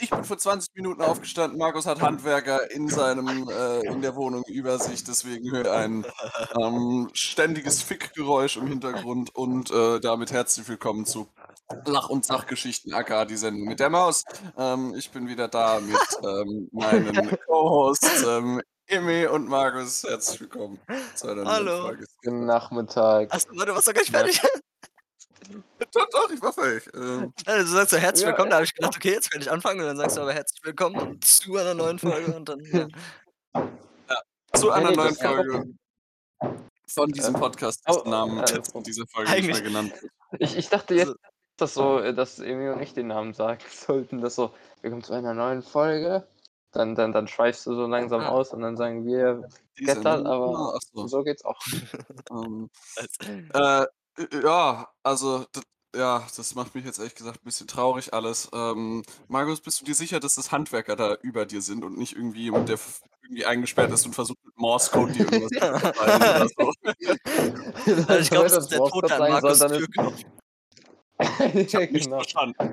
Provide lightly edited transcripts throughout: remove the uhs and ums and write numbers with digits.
Ich bin vor 20 Minuten aufgestanden. Markus hat Handwerker in in der Wohnung über sich, deswegen höre ein ständiges Fickgeräusch im Hintergrund und damit herzlich willkommen zu Lach- und Sachgeschichten, aka die Sendung mit der Maus. Ich bin wieder da mit meinen Co-Hosts Emi und Markus. Herzlich willkommen zu einer neuen Hallo. Folge. Guten Nachmittag. Achso, warte, warst du gar nicht Ja. fertig? Doch, ich war fertig. Du sagst so herzlich Ja, willkommen, da habe ich gedacht, okay, jetzt kann ich anfangen und dann sagst du aber herzlich willkommen und zu einer neuen Folge und dann, ja. Zu einer nee, neuen das ist Folge von diesem Podcast, dessen Namen alles jetzt in gut. dieser Folge nicht mehr Eigentlich, genannt wird. Ich dachte also, jetzt, dass so, dass Emil und ich den Namen sagen sollten, dass so, wir kommen zu einer neuen Folge, dann schweifst du so langsam ah, aus und dann sagen wir Die Getter, Sendung, aber ach so. so geht's auch. Ähm, als ja, also, ja, das macht mich jetzt ehrlich gesagt ein bisschen traurig alles. Markus, bist du dir sicher, dass das Handwerker da über dir sind und nicht irgendwie jemand, der irgendwie eingesperrt ist und versucht mit Morse-Code dir irgendwas mitzuteilen oder so? Also, ich Wenn glaube, man es ist das der Wort Tod gerade an sagen soll, Markus' dann ist Türknopf. Ich habe ja, nichts genau. verstanden.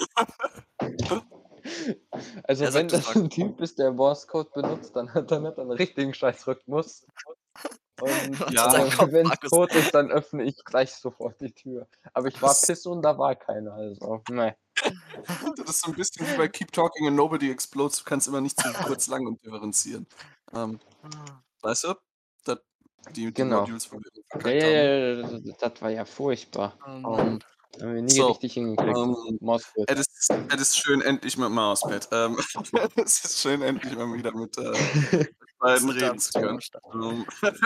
Also Er wenn sagt, du das sagst. ein Typ ist, der Morse-Code benutzt, dann hat er einen richtigen Scheißrhythmus. Und Was in Ja, seinem Kopf, wenn es Markus? tot ist, dann öffne ich gleich sofort die Tür. Aber ich war das pissen und da war keiner, also, ne. das ist so ein bisschen wie bei Keep Talking and Nobody Explodes. Du kannst immer nicht zu kurz, lang und differenzieren. Ähm, Ah. weißt du? Dat die Genau. Modules, wo wir Ja, verkackt ja, haben. ja, das war ja furchtbar. Oh Ähm, Mann. Haben wir nie so, richtig hingekriegt. ähm Mausbrot. Es ist schön, endlich mit dem Mauspad. Es ist schön, endlich mal wieder mit beiden Ist da reden bist zu du wieder können. am Start. Ähm,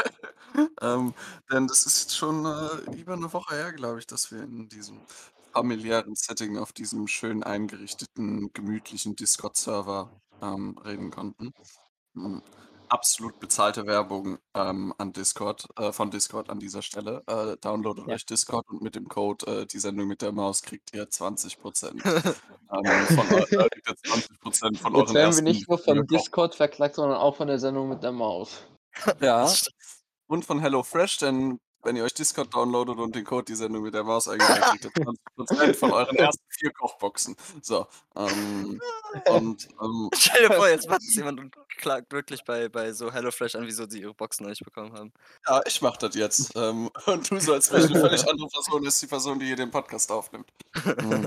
denn das ist jetzt schon über eine Woche her, glaube ich, dass wir in diesem familiären Setting auf diesem schön eingerichteten, gemütlichen Discord-Server reden konnten. Hm, absolut bezahlte Werbung, an Discord von Discord an dieser Stelle. Downloadet Ja. euch Discord und mit dem Code, „Die Sendung mit der Maus“ kriegt ihr 20%, von eu kriegt ihr 20% von Jetzt euren werden wir ersten nicht nur 4 von Discord Kochboxen. verklagt, sondern auch von der Sendung mit der Maus. Ja, Das und von HelloFresh, denn wenn ihr euch Discord downloadet und den Code „Die Sendung mit der Maus“ eingebt, dann kriegt ihr 20% von euren ersten 4 Kochboxen. So, und, Stell dir vor, jetzt macht das jemand und klagt wirklich bei so HelloFresh an, wieso sie ihre Boxen noch nicht bekommen haben. ja, ich mache das jetzt, und tu so, als wäre ich 'ne völlig andere Person als die Person, die hier den Podcast aufnimmt. Mhm.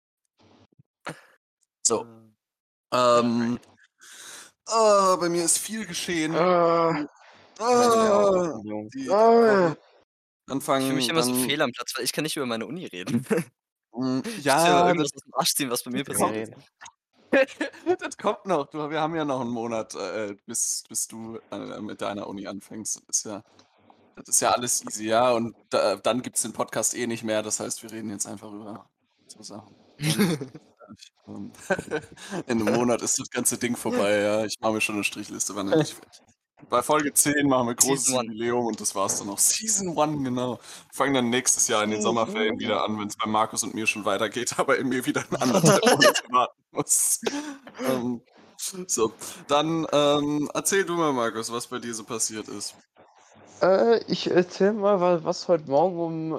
So, ähm, bei mir ist viel geschehen. Ah, Hm, bei mir auch, ah, Jungs. die Woche Ich fühle mich anfangen, immer so dann fehl am Platz, weil ich kann nicht über meine Uni reden. Ich muss dir mal ja, irgendwas aus dem Arsch ziehen, was bei mir Ja, passiert ist. reden. das kommt noch. Wir haben ja noch 'n Monat, bis du, mit deiner Uni anfängst. Das ist ja alles easy, ja, und dann gibt's den Podcast eh nicht mehr. Das heißt, wir reden jetzt einfach über so Sachen. Ähm, in 'nem Monat ist das ganze Ding vorbei, ja. Ich mache mir schon 'ne Strichliste, wann endlich fertig. Bei Folge 10 machen wir großes Season 1. Jubiläum und das war's dann auch. Season 1, genau. Fangen dann nächstes Jahr in den Sommerferien wieder an, wenn's bei Markus und mir schon weitergeht, aber Emil wieder 1,5 Monate warten muss. Ähm, so, dann, erzähl du mal, Markus, was bei dir so passiert ist. Ich erzähle mal, was heute Morgen um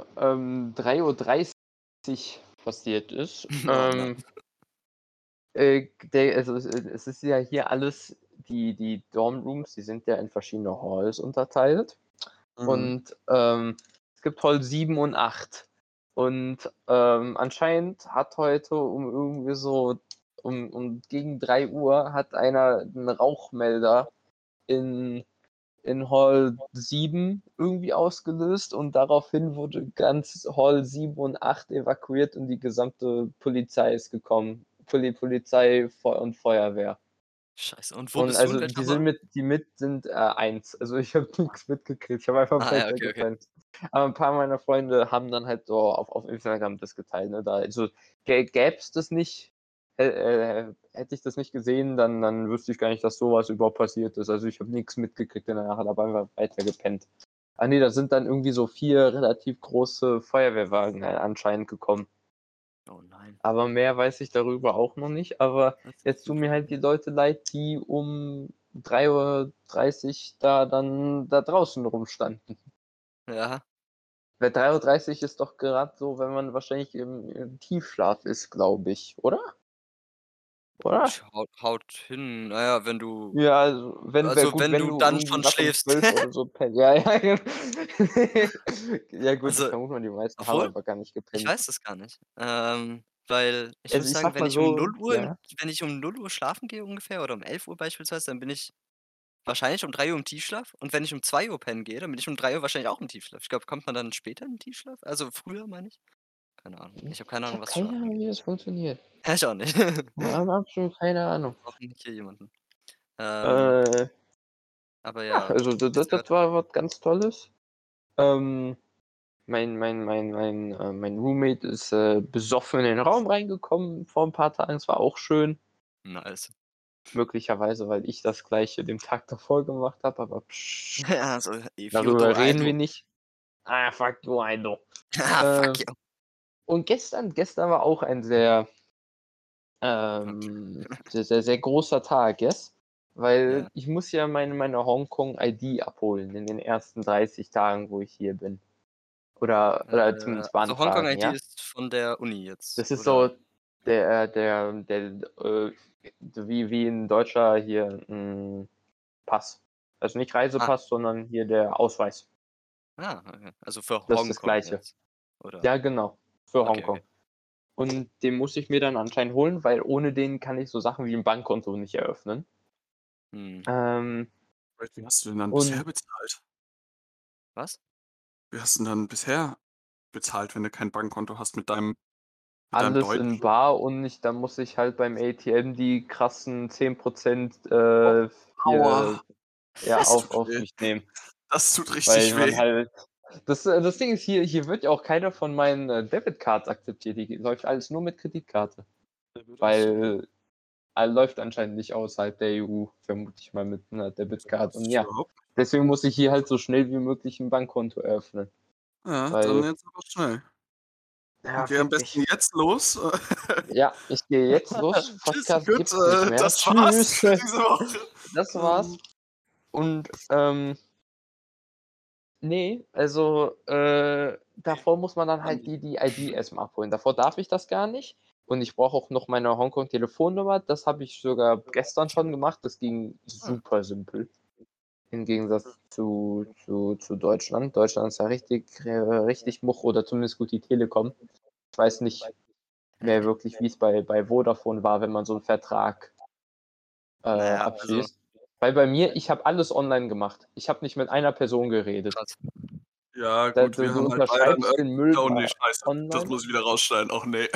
3:30 passiert ist. Oh nein. Es ist ja hier alles, die Dormrooms, die sind ja in verschiedene Halls unterteilt. Mhm. Und es gibt Hall 7 und 8. Und anscheinend hat heute um irgendwie so gegen 3 Uhr hat einer einen Rauchmelder in Hall 7 irgendwie ausgelöst und daraufhin wurde ganz Hall 7 und 8 evakuiert und die gesamte Polizei ist gekommen. Polizei und Feuerwehr. Scheiße. Und wo Und bist du in also welcher Hall? die mit sind 1. Also ich habe nichts mitgekriegt. Ich habe einfach im Ah Bett ja, okay, okay. gepennt. Aber ein paar meiner Freunde haben dann halt so auf Instagram das geteilt, ne? Da also gäb's das nicht, hätte ich das nicht gesehen, dann wüsste ich gar nicht, dass sowas überhaupt passiert ist. Also ich habe nichts mitgekriegt in der Nacht, habe einfach weiter gepennt. Ah ne, da sind dann irgendwie so 4 relativ große Feuerwehrwagen anscheinend gekommen. Oh nein. Aber mehr weiß ich darüber auch noch nicht. Aber Das ist jetzt tun mir halt die Leute leid, die um 3:30 da dann da draußen rumstanden. ja. Weil 3:30 ist doch gerade so, wenn man wahrscheinlich im Tiefschlaf ist, glaube ich, oder? oder? Haut hin. Naja, wenn du Ja, also wenn also, gut, wenn wenn du du dann irgendwie schon was um schläfst. 12 oder so pennst. Ja, ja, ja gut, ich Also, vermute mal, die meisten haben obwohl, einfach gar nicht ich gepennt. weiß das gar nicht. Weil ich Also, muss ich sagen, sag mal so, ja, wenn ich um 0 Uhr schlafen gehe ungefähr oder um 11 Uhr beispielsweise, dann bin ich wahrscheinlich um 3 Uhr im Tiefschlaf und wenn ich um 2 Uhr pennen gehe, dann bin ich um 3 Uhr wahrscheinlich auch im Tiefschlaf. Ich glaube, kommt man dann später in den Tiefschlaf? Also, früher meine ich? Keine Ahnung. Ich habe keine ich Ahnung, habe was keine Schlafen Ahnung, angeht. wie das funktioniert. Ja, ich auch nicht. Habe absolut keine Wir Ahnung. brauchen hier jemanden. Ähm, Äh, aber ja, ja, also was ich das gehört habe. war was ganz Tolles. Ähm, mein Roommate ist, besoffen in den Raum reingekommen vor ein paar Tagen. Es war auch schön. Nice. Möglicherweise, weil ich das Gleiche den Tag davor gemacht habe, aber Ja, so, if you do, darüber I reden wir do. nicht. Ah, fuck you, I know. Ah, fuck Äh, you. und gestern war auch ein sehr, Okay. sehr großer Tag, yes? Weil Ja. ich muss ja meine Hongkong-ID abholen in den ersten 30 Tagen, wo ich hier bin. Oder zumindest Also beantragen, Hongkong-ID ja? ist von der Uni jetzt, Das ist oder? so der wie 'n Deutscher hier 'n Pass. Also nicht Ah, Reisepass, sondern hier der Ausweis. okay. Also für Das ist das Hongkong Gleiche. jetzt, oder? Ja, genau, für Okay, okay. Hongkong. Und den muss ich mir dann anscheinend holen, weil ohne den kann ich so Sachen wie 'n Bankkonto nicht eröffnen. Mhm. Ähm, Wie hast du denn dann bisher und bezahlt? Was? Wie hast 'n dann bisher bezahlt, wenn du kein Bankkonto hast mit deinem alles in deutschen? bar und dann muss ich halt beim ATM die krassen 10 Oh, hier, aua, ja, das tut auf weh. mich nehmen. Das tut Weil richtig man weh. halt das Ding ist, hier wird ja auch keiner von meinen, Debitcards akzeptiert. Hier läuft alles nur mit Kreditkarte, Ach so. weil läuft anscheinend nicht außerhalb der EU, vermute ich mal mit 'ner Das Debitcard. Und wusste ich ja, überhaupt nicht. deswegen muss ich hier halt so schnell wie möglich 'n Bankkonto eröffnen, Ja, dann weil jetzt aber schnell. ja, Und geh am fick besten dich. jetzt los. Ja, ich gehe jetzt los. Tschüss, Podcast gut, gibt's nicht mehr. das war's Tschüss. für diese Woche. Das war's. Ähm, Und, ne, also, davor muss man dann Mann. halt die ID erst mal abholen. Davor darf ich das gar nicht und ich brauche auch noch meine Hongkong-Telefonnummer. Das habe ich sogar gestern schon gemacht. Das ging Ah, super simpel im Gegensatz zu Deutschland. Deutschland ist ja richtig Much oder zumindest gut die Telekom. Ich weiß nicht mehr wirklich, wie's bei Vodafone war, wenn man so 'n Vertrag, Na ja, also abschließt. Weil bei mir ich habe alles online gemacht. Ich habe nicht mit einer Person geredet. krass. ja Da gut, du wir du haben halt Bayern, unterschreibst den Müll oh ne, da scheiße, das online. muss ich wieder rausschneiden. Och ne.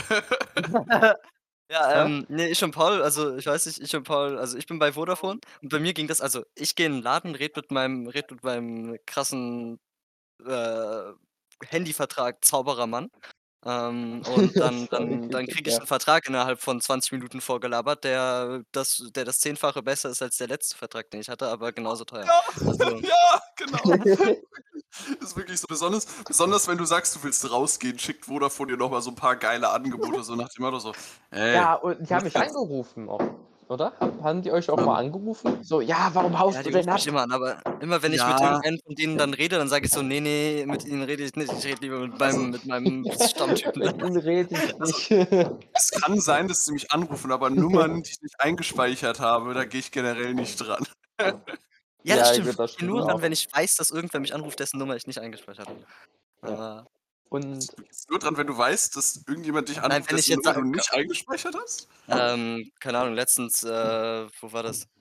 Ja, Hä? ne, ich und Paul, also, ich weiß nicht, ich und Paul, also, ich bin bei Vodafone und bei mir ging das, also, ich gehe in 'n Laden, rede mit meinem krassen, äh, Handyvertrag Zauberermann, und dann Das war dann wirklich kriege ich ja. 'n Vertrag innerhalb von 20 Minuten vorgelabert, der das Zehnfache besser ist als der letzte Vertrag, den ich hatte, aber genauso teuer. Ja, Also, ja, genau. Ist wirklich so. Besonders wenn du sagst, du willst rausgehen, schickt Vodafone dir noch mal so 'n paar geile Angebote, so nach dem Motto so: „Ey, Ja, und die haben musst mich jetzt, angerufen auch, oder? Haben die euch auch mal ähm, angerufen? So: „Ja, warum ja, haust du die denn rufen mich ab?“ immer an, aber immer wenn ich mit ja, irgendeinem von denen dann rede, dann sage ich so: „Ne, ne, mit ihnen rede ich nicht. Ich rede lieber mit also meinem Stammtypen da.“ Mit ihnen rede ich also, nicht. es kann sein, dass sie mich anrufen, aber Nummern, die ich nicht eingespeichert habe, da gehe ich generell nicht dran. Ja, das Ja, stimmt. gut, das Ich gehe stimmt nur ran, auch. wenn ich weiß, dass irgendwer mich anruft, dessen Nummer ich nicht eingespeichert habe. Ja. Aber Und Du gehst nur dran, wenn du weißt, dass irgendjemand dich nein, anruft, wenn ich dessen jetzt Nummer sa du nicht eingespeichert hast? keine Ahnung, letztens, wo war das?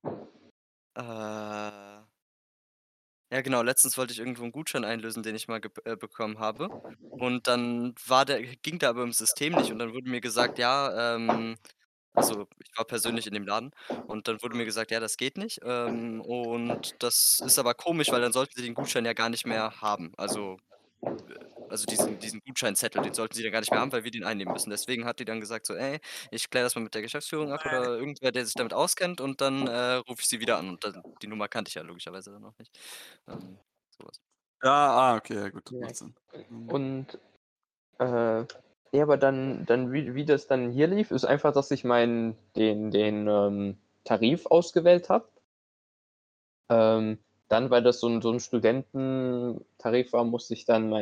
Äh, ja genau, letztens wollte ich irgendwo 'n Gutschein einlösen, den ich mal bekommen habe. Und dann ging der aber im System nicht und dann wurde mir gesagt: „Ja, also, ich war persönlich in dem Laden und dann wurde mir gesagt: „Ja, das geht nicht, und das ist aber komisch, weil dann sollten Sie den Gutschein ja gar nicht mehr haben.“ Also diesen Gutscheinzettel, den sollten Sie dann gar nicht mehr haben, weil wir den einnehmen müssen. Deswegen hat die dann gesagt so: „Ey, ich kläre das mal mit der Geschäftsführung ab oder irgendwer, der sich damit auskennt und dann, rufe ich Sie wieder an.“ Und dann die Nummer kannte ich ja logischerweise dann auch nicht. So was. Ja, okay, ja gut, ja, macht Sinn. Mhm. und, äh, ja, aber dann wie das dann hier lief, ist einfach, dass ich Tarif ausgewählt habe. Ähm, dann, weil das so 'n Studententarif war, musste ich dann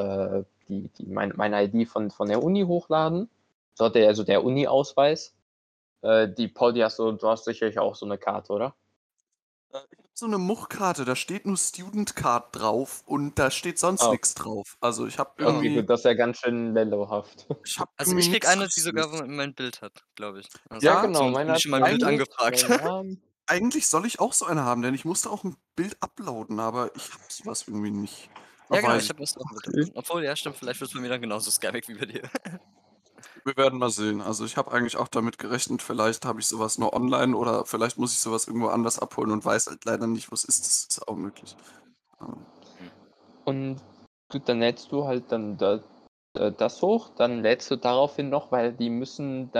meine ID von der Uni hochladen. So der Uni-Ausweis. Paul, du hast sicherlich auch so eine Karte, oder? Ich habe so eine Muchkarte, da steht nur Student Card drauf und da steht sonst Ah, nichts drauf. Also ich habe okay, irgendwie, gut, das ist ja ganz schön lellohaft. ich habe Also, irgendwie ich krieg nichts eine, die sogar Richtiges. mein Bild hat, glaube ich. Ja, Also, Ja, genau, zumindest meine wurde ich hat in meinem Bild eigentlich, angefragt. meinen Namen. eigentlich soll ich auch so eine haben, denn ich musste auch ein Bild uploaden, aber ich habe sowas irgendwie nicht. Ja, genau, Weiß ich ich habe das auch mit Okay. davon. Obwohl, ja, stimmt, vielleicht wird's bei mir dann genauso scammig wie bei dir. Wir werden mal sehen. Also, ich habe eigentlich auch damit gerechnet, vielleicht habe ich sowas nur online oder vielleicht muss ich sowas irgendwo anders abholen und weiß halt leider nicht, wo's ist. Das ist auch möglich. Ähm, Hm. Und gut, dann lädst du halt dann das hoch, dann lädst du daraufhin noch, weil die müssen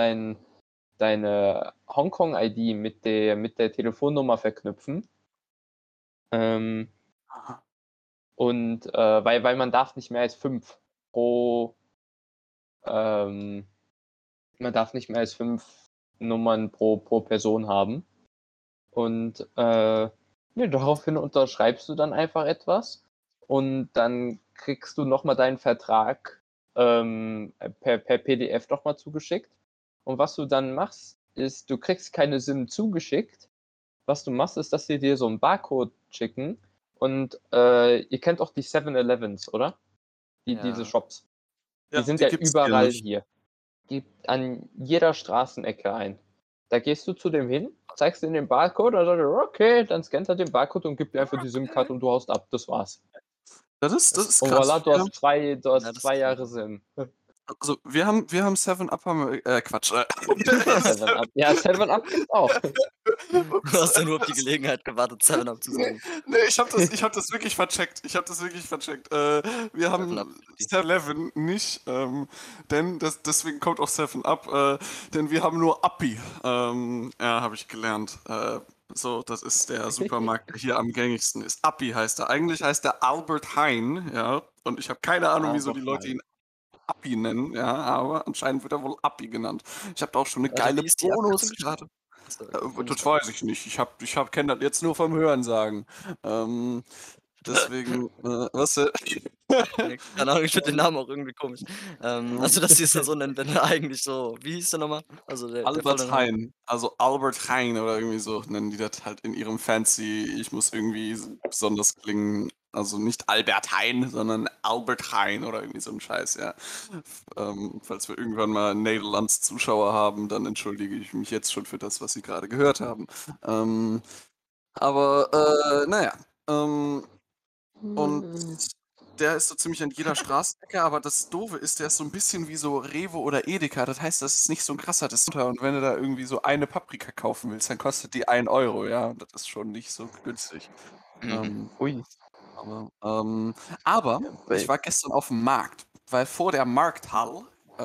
deine Hongkong-ID mit der Telefonnummer verknüpfen. Ähm, aha. und weil man darf nicht mehr als 5 pro, ähm, man darf nicht mehr als 5 Nummern pro Person haben. Und ne, daraufhin unterschreibst du dann einfach etwas und dann kriegst du nochmal deinen Vertrag per PDF nochmal zugeschickt. Und was du dann machst, ist, du kriegst keine SIM zugeschickt. Was du machst, ist, dass sie dir so einen Barcode schicken. Und ihr kennt auch die 7-Elevens, oder? Diese Ja. Shops. Die Ja, sind die ja gibt's hier überall nicht. hier. Gibt an jeder Straßenecke ein. Da gehst du zu dem hin, zeigst ihm den Barcode, dann sagt er, okay, dann scannt er den Barcode und gibt dir einfach die SIM-Karte und du haust ab. Das war's. Das Das ist Und krass. voilà, du hast ja, das 2 ist Jahre super. SIM. Also, wir haben 7 Up haben wir Quatsch. 7-Up. Ja, 7-Up gibt's auch. Du Ups. hast ja nur auf die Gelegenheit gewartet, 7-Up zu Ne, sagen. ne, ich habe das wirklich vercheckt. Ich habe das wirklich vercheckt. Wir 7-Up haben für die. 7-Eleven nicht, denn deswegen kommt auch 7-Up, denn wir haben nur Uppi. Ja, habe ich gelernt. So, das ist der Supermarkt, der hier am gängigsten ist. Uppi heißt er. Eigentlich heißt er Albert Heijn, ja. Und ich habe keine Ahnung, wieso die Aber Leute fein. ihn Uppi nennen, ja, aber anscheinend wird er wohl Uppi genannt. Ich habe da auch schon eine Warte, geile wie ist die Abkürzung geschrieben? Bonuskarte. Achso, Das weiß ich nicht. Kenne das jetzt nur vom Hörensagen. Deswegen, was? Ja, keine Ahnung, ich finde den Namen auch irgendwie komisch. Also, dass sie es dann so nennen, wenn er eigentlich so wie hieß der nochmal? Also, der volle Albert Name. Heijn, also Albert Heijn oder irgendwie so nennen die das halt in ihrem fancy, ich muss irgendwie besonders klingen, also nicht Albert Heijn, sondern Albert Heijn oder irgendwie so ein Scheiß, ja. Falls wir irgendwann mal Nederlands-Zuschauer haben, dann entschuldige ich mich jetzt schon für das, was Sie gerade gehört haben. Aber, na ja, und der ist so ziemlich an jeder Straßenecke, aber das Doofe ist, der ist so ein bisschen wie so Rewe oder Edeka. Das heißt, das ist nicht so ein krasser Discounter und wenn du da irgendwie so eine Paprika kaufen willst, dann kostet die 1 €, ja, und das ist schon nicht so günstig. Mhm. Ähm, Ui. aber aber Ja, ich war gestern auf dem Markt, weil vor der Markthalle,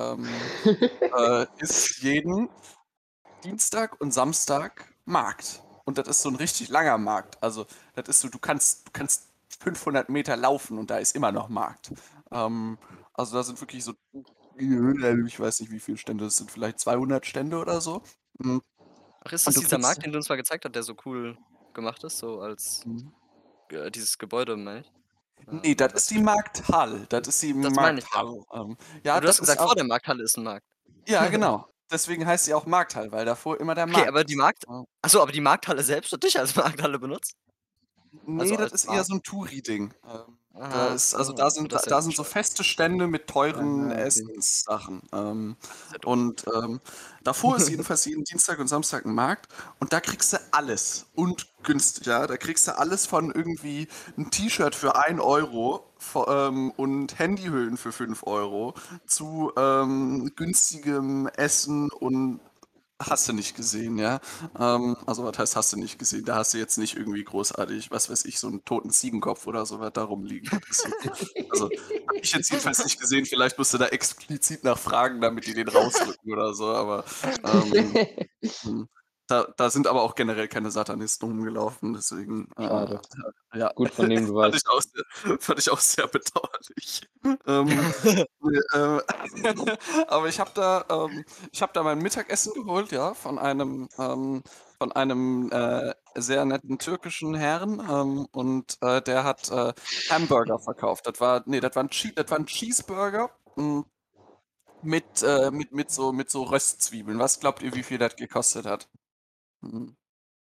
ist jeden Dienstag und Samstag Markt. Und das ist so ein richtig langer Markt. Also, das ist so, du kannst 500 Meter laufen und da ist immer noch Markt. Also, da sind wirklich so, ich weiß nicht, wie viele Stände das sind, vielleicht 200 Stände oder so. Mhm. Ach, ist Und das du dieser kriegst Markt, den du uns mal gezeigt hast, der so cool gemacht ist, so als mhm. dieses Gebäude, meine ich? Ne, das ist Weißt du die schon? Markthalle. Das ist die Das meine ich ja. Markthalle. Aber Ja, du hast das ist gesagt, vor auch, der Markthalle ist 'n Markt. ja, genau. Deswegen heißt sie auch Markthalle, weil davor immer der Okay, Markt aber die ist. Markt Ja. ach so, aber die Markthalle selbst wird nicht als Markthalle benutzt? Ne, Also, das als ist eher Markt? so 'n Touri-Ding. Da Ach ist, also, so, oh, das ist ja da sind so bescheuert. feste Stände mit teuren Aha, okay. Essenssachen. Das ist ja doof. Und, davor ist jedenfalls jeden Dienstag und Samstag 'n Markt und da kriegst du alles und günstig, ja. Da kriegst du alles von irgendwie 'n T-Shirt für 1 € und Handyhüllen für 5 € zu, günstigem Essen und hast du nicht gesehen, ja. Also, was heißt, hast du nicht gesehen? Da hast du jetzt nicht irgendwie großartig, was weiß ich, so 'n toten Ziegenkopf oder so was da rumliegen. Das ist so, also, habe ich jetzt jedenfalls nicht gesehen. Vielleicht musst du da explizit nach fragen, damit die den rausrücken oder so, aber, ähm, hm, da sind aber auch generell keine Satanisten rumgelaufen, deswegen, Schade. ja, Gut, von dem du weißt. fand ich auch sehr bedauerlich. Ähm, ne, aber ich habe da mein Mittagessen geholt, ja, von einem, sehr netten türkischen Herrn, und, der hat, Hamburger verkauft. Das war 'n Cheeseburger, mit so Röstzwiebeln. Was glaubt ihr, wie viel das gekostet hat? Hm.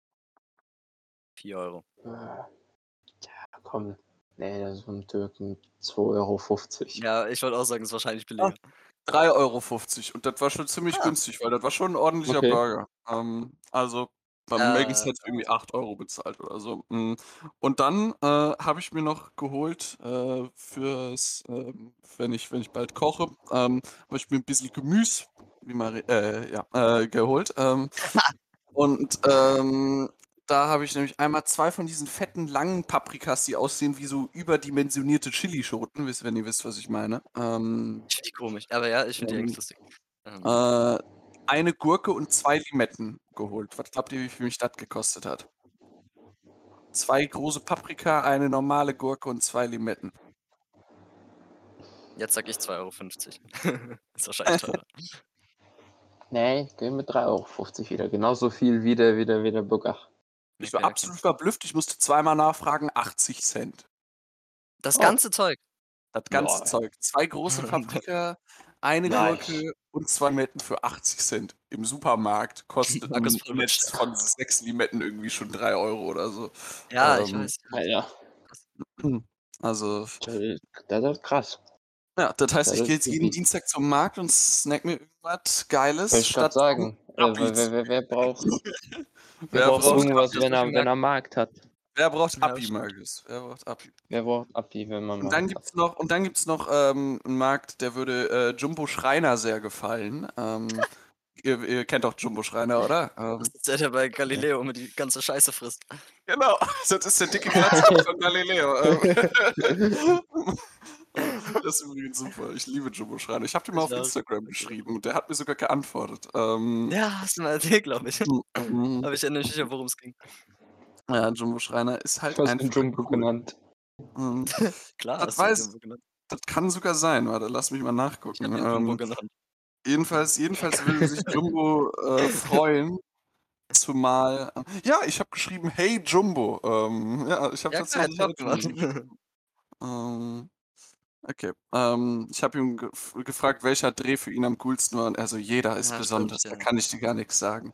4 Euro. Komm. Nee, das ist von Türken 2,50 €. Ja, ich wollte auch sagen, ist wahrscheinlich billiger. 3,50 € und das war schon ziemlich Ah. günstig, weil das war schon 'n ordentlicher Okay. Burger. Also, beim Maggis hätte ich irgendwie 8 € bezahlt oder so. Und dann, habe ich mir noch geholt, fürs, wenn ich bald koche, habe ich mir 'n bisschen Gemüse, wie Mari ja, geholt. Und, da habe ich nämlich einmal 2 von diesen fetten, langen Paprikas, die aussehen wie so überdimensionierte Chilischoten, wenn ihr wisst, was ich meine. Ich finde die komisch, aber ja, ich finde die echt Ähm, lustig. eine Gurke und 2 Limetten geholt. Was glaubt ihr, wie viel mich das gekostet hat? 2 große Paprika, eine normale Gurke und 2 Limetten. Jetzt sage ich 2,50 €. Ist wahrscheinlich teurer. Nee, ich gehe mit 3,50 € wieder. Genauso viel wie der Burger. Ich war Okay. absolut verblüfft. Ich musste zweimal nachfragen, 80 Cent. Das Oh. ganze Zeug. Das ganze Boah. Zeug. 2 große Paprika, eine Nice. Gurke und 2 Limetten für 80 Cent. Im Supermarkt kostet Markus 'n verrutscht. Netz von 6 Limetten irgendwie schon 3 € oder so. Ja, ich weiß. Ja, Also, das ist krass. ja, das heißt, Das ich ist gehe jetzt jeden wirklich- Dienstag zum Markt und snack mir irgendwas Wollte Geiles ich gerade statt sagen. Appi zu Wer braucht Wer braucht irgendwas, Appi, wenn er Markt hat? Wer braucht Ja, Appi, stimmt. Markus? Wer braucht Appi? Wer braucht Appi, wenn man Und dann Markt hat? gibt's noch, 'n Markt, der würde, Jumbo Schreiner sehr gefallen. Ihr kennt doch Jumbo Schreiner, oder? Das ist der bei Galileo immer die ganze Scheiße frisst. Genau, das ist der dicke Glatzkopf von Galileo. Das ist übrigens super. Ich liebe Jumbo Schreiner. Ich habe dem mal auf Ich auch. Instagram geschrieben und der hat mir sogar geantwortet. Ja, hast du mal erzählt, glaube ich. Mhm. Aber ich erinnere mich nicht, worum es ging. Ja, Jumbo Schreiner ist halt Du hast den einfach Jumbo cool. genannt. Mhm. Klar, Das hast du weiß Jumbo genannt. Das kann sogar sein. Warte, lass mich mal Ich nachgucken. habe ihn Jumbo genannt. Jedenfalls würde sich Jumbo, freuen, zumal ja, ich habe geschrieben: „Hey Jumbo." Ja, ich habe Ja klar, hätte tatsächlich ich „Hey auch Jumbo" gemacht. geschrieben. Okay. Ich habe ihn gefragt, welcher Dreh für ihn am coolsten war und er so: „Jeder ist Ja, stimmt, besonders, da ja. kann ich dir gar nix sagen."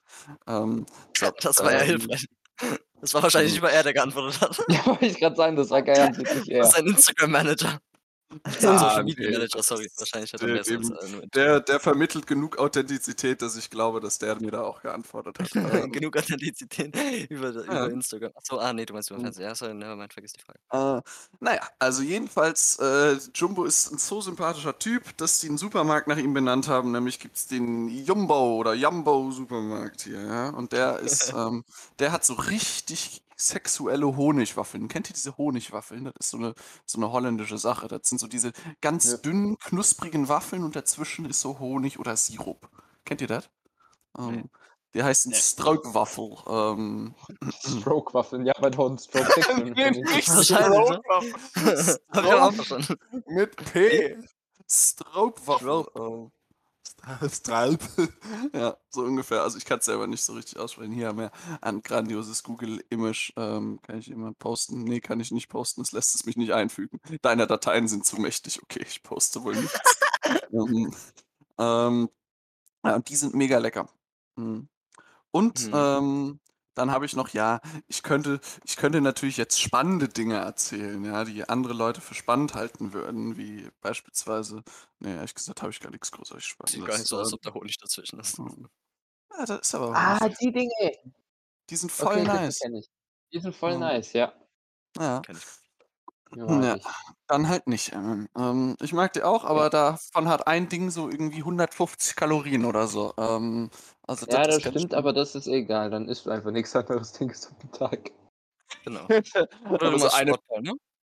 So, Das war ja hilfreich. Das war wahrscheinlich nicht mal er, der geantwortet hat. Ja, wollte ich gerade sagen, das war garantiert nicht Das er. ist sein Instagram-Manager. Sein Ah, Social Media ne, Manager, sorry. das Wahrscheinlich hat er der mehr als dem nur Instagram. der vermittelt genug Authentizität, dass ich glaube, dass der mir da auch geantwortet hat. Genug Authentizität über Ja. Instagram. Achso, ne, du meinst über Mhm. Fernsehen. Ja, sorry, nevermind, vergiss die Frage. Na ja, also jedenfalls, Jumbo ist 'n so sympathischer Typ, dass die 'n Supermarkt nach ihm benannt haben, nämlich gibt's den Jumbo oder Jumbo-Supermarkt hier, ja? Und der ist, der hat so richtig sexuelle Honigwaffeln. Kennt ihr diese Honigwaffeln? Das ist so 'ne holländische Sache. Das sind so diese ganz Ja. dünnen, knusprigen Waffeln und dazwischen ist so Honig oder Sirup. Kennt ihr das? Ne. Die heißen Ne. Stroopwafel. Stroke-Waffeln, ja, weil du einen Stroke kriegst, wenn du Ne, von denen nicht isst. Wahrscheinlich, ne? Stroopwafel. Habe ich aber auch Stroop verstanden. mit P. Stroopwafel. Stroop. Straub. Ja, so ungefähr. Also, ich kann's selber nicht so richtig aussprechen. Hier haben wir ein grandioses Google-Image. Kann ich jemand posten? Ne, kann ich nicht posten. Es lässt es mich nicht einfügen. Deine Dateien sind zu mächtig. Okay, ich poste wohl nichts. Ähm, ähm, ja, und die sind mega lecker. Mhm. Und, Mhm. dann habe ich noch ja, ich könnte natürlich jetzt spannende Dinge erzählen, ja, die andere Leute für spannend halten würden, wie beispielsweise ne, ehrlich gesagt habe ich gar nix großartig Sieht gar nicht Spannendes. so aus, ob da Honig dazwischen ist. Ja, da ist aber Ah, Honig. die Dinge! Die sind Okay, voll okay, die nice. kenne ich. Die sind voll Mhm. nice, ja. Ja. Kenn ich. Die mag Ja, ich. dann halt nicht. Ich mag die auch, Ja. aber davon hat ein Ding so irgendwie 150 Kalorien oder so. Also das Ja, ist das ganz stimmt, schön. aber das ist egal. Dann isst du einfach nix anderes denkst am Tag. Genau. Oder du Aber so machst eine Sport, ne?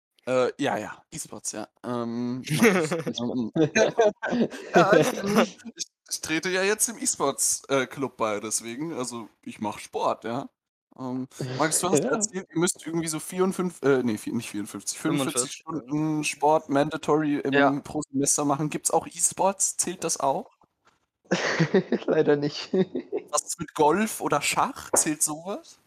ja, ja, E-Sports, ja. Mache ich. Ja, ich trete ja jetzt im E-Sports, Club bei, deswegen also, ich mache Sport, ja. Markus, du hast Ja. erzählt, ihr müsst irgendwie so ne, nicht 54, 45 45, ja. Stunden Sport mandatory Ja. pro Semester machen. Gibt's auch E-Sports? Zählt das auch? Leider nicht. Was ist mit Golf oder Schach? Zählt so was?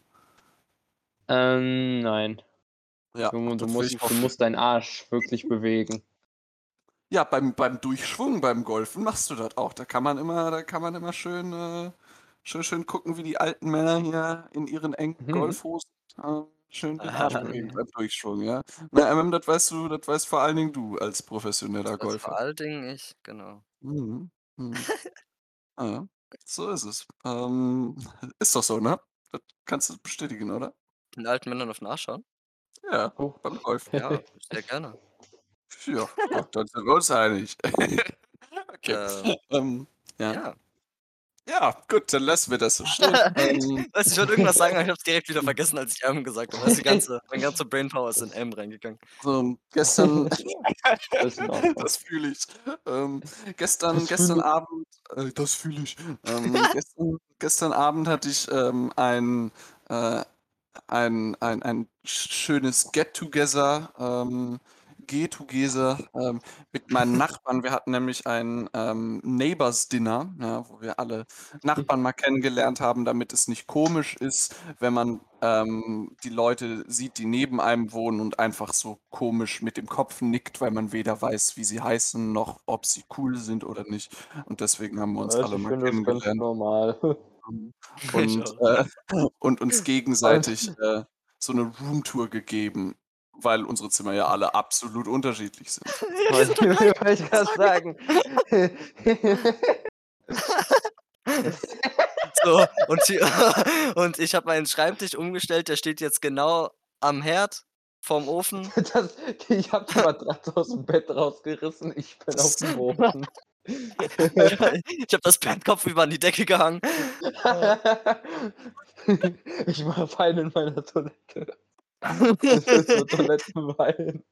Nein. Ja, Du das will ich musst hoffen. deinen Arsch wirklich bewegen. Ja, beim Durchschwung, beim Golfen machst du das auch. Da kann man immer schön gucken, wie die alten Männer hier in ihren engen Mhm. Golfhosen, schön den Arsch bewegen beim Durchschwung, ja. Na, das weißt vor allen Dingen du als Das professioneller weiß vor Golfer. allen Dingen ich, genau. Mhm, mhm. Ja, so ist es. Ist doch so, ne? Das kannst du bestätigen, oder? Den alten Männern auf den Arsch schauen? Ja, Oh. beim Golfen. Ja, sehr gerne. Ja, dann sind wir uns einig. Okay. Ähm, Ja. ja. Ja, gut, dann lassen wir das so stehen. Weißt du, ich wollte irgendwas sagen, aber ich habe es direkt wieder vergessen, als ich M gesagt habe. Weißt du, meine ganze Brainpower ist in M reingegangen. Gestern Das ist in Ordnung. das fühle ich. Das Gestern fühle Abend das fühle ich. Gestern Abend hatte ich, äh, ein schönes Get-Together mit meinen Nachbarn. Wir hatten nämlich ein, Neighbors Dinner, ja, wo wir alle Nachbarn mal kennengelernt haben, damit es nicht komisch ist, wenn man, die Leute sieht, die neben einem wohnen und einfach so komisch mit dem Kopf nickt, weil man weder weiß, wie sie heißen, noch ob sie cool sind oder nicht. Und deswegen haben wir uns Also, alle ich mal finde das ganz kennengelernt. normal. Ähm, Ich und, auch. und uns gegenseitig, so 'ne Roomtour gegeben, weil unsere Zimmer ja alle absolut unterschiedlich sind. Ja, die sind doch gleich, Wollte ich grad sagen. So, und hier und ich habe meinen Schreibtisch umgestellt, der steht jetzt genau am Herd vorm Ofen. Ich habe die Matratze aus'm Bett rausgerissen, ich bin auf'm Boden. Ich habe das Bettkopf über an die Decke gehangen. Ich mache Wein in meiner Toilette. Es ist so Toilettenwein.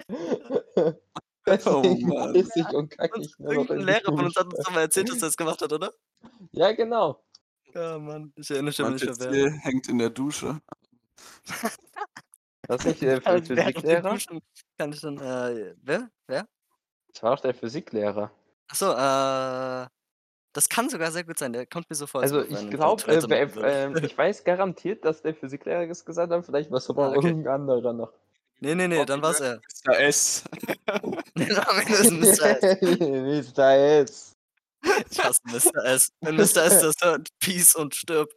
Oh Deswegen Mann. pisse ich und kacke ich nur noch Irgend 'n in die Lehrer von uns hat uns Dusche. doch mal erzählt, dass er das gemacht hat, oder? Ja, genau. Ja, Mann, ich erinnere Mein mich nicht mehr, wer. PC hängt in der Dusche. War's nicht der Während dem Physiklehrer? Duschen kann ich dann wer? Wer? Das war doch der Physiklehrer. Ach so, das kann sogar sehr gut sein. Der kommt mir so vor, als Also, ob er ich in unserer glaube, Toilette machen würde. ich weiß garantiert, dass der Physiklehrer das gesagt hat, vielleicht war's aber Ah, auch okay. irgend anderer noch. Ne, dann war's er. Mr. S. Der Name ist Mister S. Mister S. Ich hasse Mister S. Wenn Mister S das hört, peace und stirb.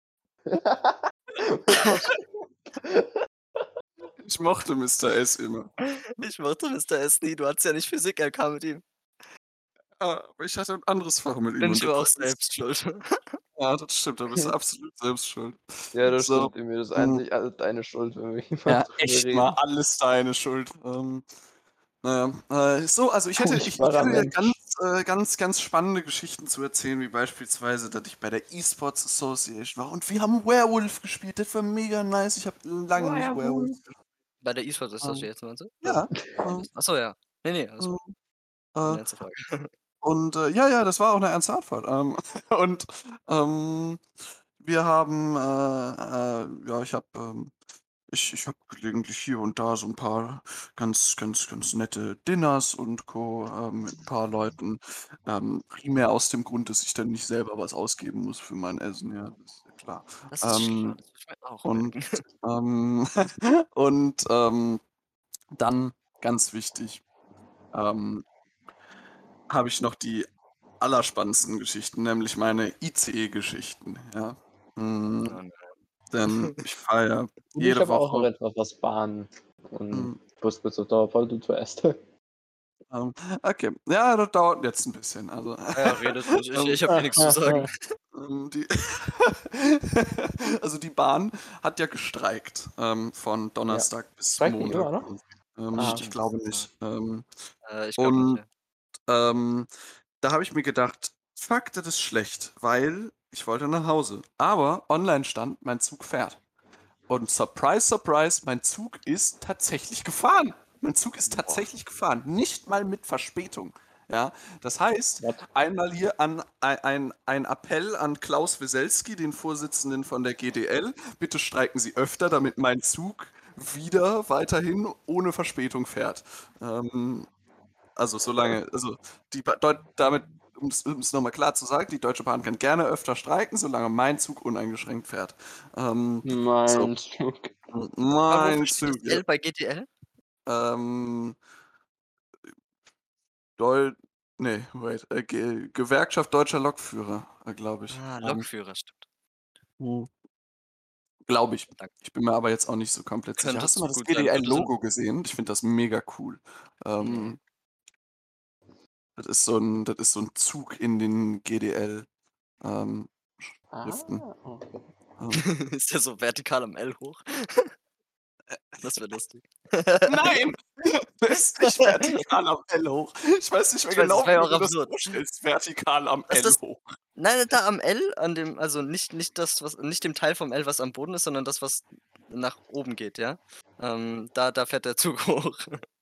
Ich mochte Mr. S immer. Ich mochte Mister S nie. Du hattest ja nicht Physik LK mit ihm. Aber ich hatte 'n anderes Fach mit ihm Bin und ich das aber auch war das. selbst schuld. Ja, das stimmt, da bist du absolut selbst schuld. Ja, das So, stimmt, Emil, das ist hm, eigentlich alles deine Schuld, wenn wir hier mal ja, drüber echt mal reden. alles deine Schuld. Na ja, so, also ich Furchtbarer hätte ja Mensch. ganz spannende Geschichten zu erzählen, wie beispielsweise, dass ich bei der E-Sports Association war und wir haben Werewolf gespielt. Das war mega nice. Ich habe lange nicht Werewolf Werewolf. Bei der E-Sports ähm, Association meinst du? Oder ja, ähm, was? Ach so, ja. Ne, alles ähm, gut. War 'ne äh, ernste Frage. und, ja, das war auch 'ne ernste Antwort. Und, ähm, wir haben, ja, ich habe gelegentlich hier und da so 'n paar ganz nette Dinners und Co., mit 'n paar Leuten. Primär aus dem Grund, dass ich dann nicht selber was ausgeben muss für mein Essen, ja, das ist ja klar. Das ist schlau, Ähm, das muss ich mir auch und, merken. ähm und, dann ganz wichtig, ähm, habe ich noch die allerspannendsten Geschichten, nämlich meine ICE-Geschichten, ja. Oh Hm, nein. denn ich fahre ja Und ich jede habe auch noch Woche. etwas, was Bahn und hm Busbus auf Dauer voll du zuerst. Ähm, okay. Ja, das dauert jetzt 'n bisschen. Also, Ja, redet ruhig. Ich ähm, habe eh nix zu sagen. die also, die Bahn hat ja gestreikt, von Ja. Donnerstag bis Streiken die Montag immer noch? quasi. Ah. Ich Stimmt. glaube Ja. nicht. Ich glaube nicht, Und, ja. ähm, da habe ich mir gedacht: „Fuck, das ist schlecht“, weil ich wollte nach Hause. Aber online stand, mein Zug fährt. Und surprise, surprise, mein Zug ist tatsächlich gefahren. Mein Zug ist Boah. tatsächlich gefahren, nicht mal mit Verspätung. Ja, das heißt, What? einmal hier ein Appell an Klaus Weselski, den Vorsitzenden von der GDL. Bitte streiken Sie öfter, damit mein Zug wieder weiterhin ohne Verspätung fährt. Ähm, also damit, um es nochmal klar zu sagen, die Deutsche Bahn kann gerne öfter streiken, solange mein Zug uneingeschränkt fährt. So, Mein Zug. Aber wofür mein steht das Zug, ja. L bei GTL? Ähm, Deu ne, wait, Gewerkschaft Deutscher Lokführer, glaube ich. Lokführer, stimmt. Mhm. Glaube ich. Danke. Ich bin mir aber jetzt auch nicht so komplett sicher. Hast du Könntest mal du das gut sein, würde Sinn GDL-Logo gesehen? Ich finde das mega cool. Ne. Das ist so 'n Zug in den GDL, ähm, Schriften. Okay. Ist der so vertikal am L hoch? Das wäre lustig. Nein! Der ist nicht vertikal am L hoch. Ich weiß nicht mehr Ich weiß, das genau, wäre wie ja du auch dir das absurd. vorstellst, vertikal am Das L ist hoch. Nein, da am L, an dem also nicht das, was nicht dem Teil vom L, was am Boden ist, sondern das, was nach oben geht, ja? Da fährt der Zug hoch.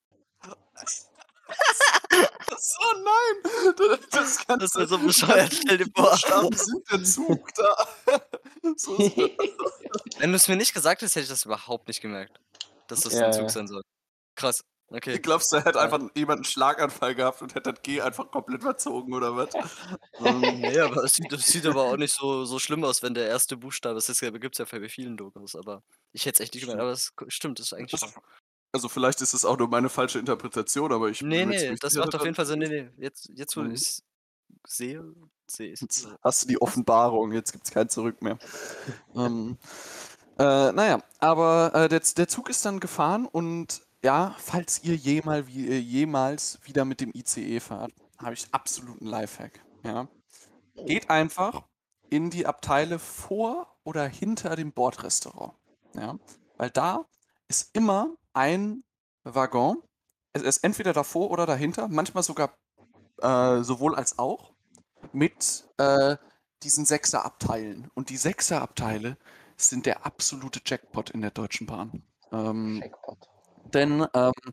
Oh nein! Das Das Ganze wäre so die bescheuert, ganzen stell dir vor. Buchstaben sind der Zug da. So ist Wenn du's mir nicht gesagt hättest, hätte ich das überhaupt nicht gemerkt, dass das 'n Ja, Zug ja. sein soll. Krass, okay. Glaubst du, er hätte Ja. einfach jemand 'n Schlaganfall gehabt und hätte das G einfach komplett verzogen oder was? Ne, aber das sieht aber auch nicht so schlimm aus, wenn der erste Buchstabe ist. Das gibt's ja bei vielen Logos, aber ich hätte es echt nicht gemerkt, Stimmt. aber es stimmt, das ist eigentlich Also schlau. also vielleicht ist es auch nur meine falsche Interpretation, aber ich Ne, bin mir ne, ziemlich das sicher, macht dass auf das jeden Fall Sinn. so Ne, ist. ne, jetzt wo Mhm. ich's sehe ich's. Jetzt hast du die Offenbarung, jetzt gibt's kein Zurück mehr. Ähm, na ja, aber, der Zug ist dann gefahren und ja, falls ihr jemals wieder mit dem ICE fahrt, habe ich absoluten Lifehack, ja. Geht einfach in die Abteile vor oder hinter dem Bordrestaurant, ja? Weil da ist immer ein Waggon. Es ist entweder davor oder dahinter, manchmal sogar, sowohl als auch mit, diesen Sechserabteilen. Und die Sechserabteile sind der absolute Jackpot in der Deutschen Bahn. Jackpot. Denn,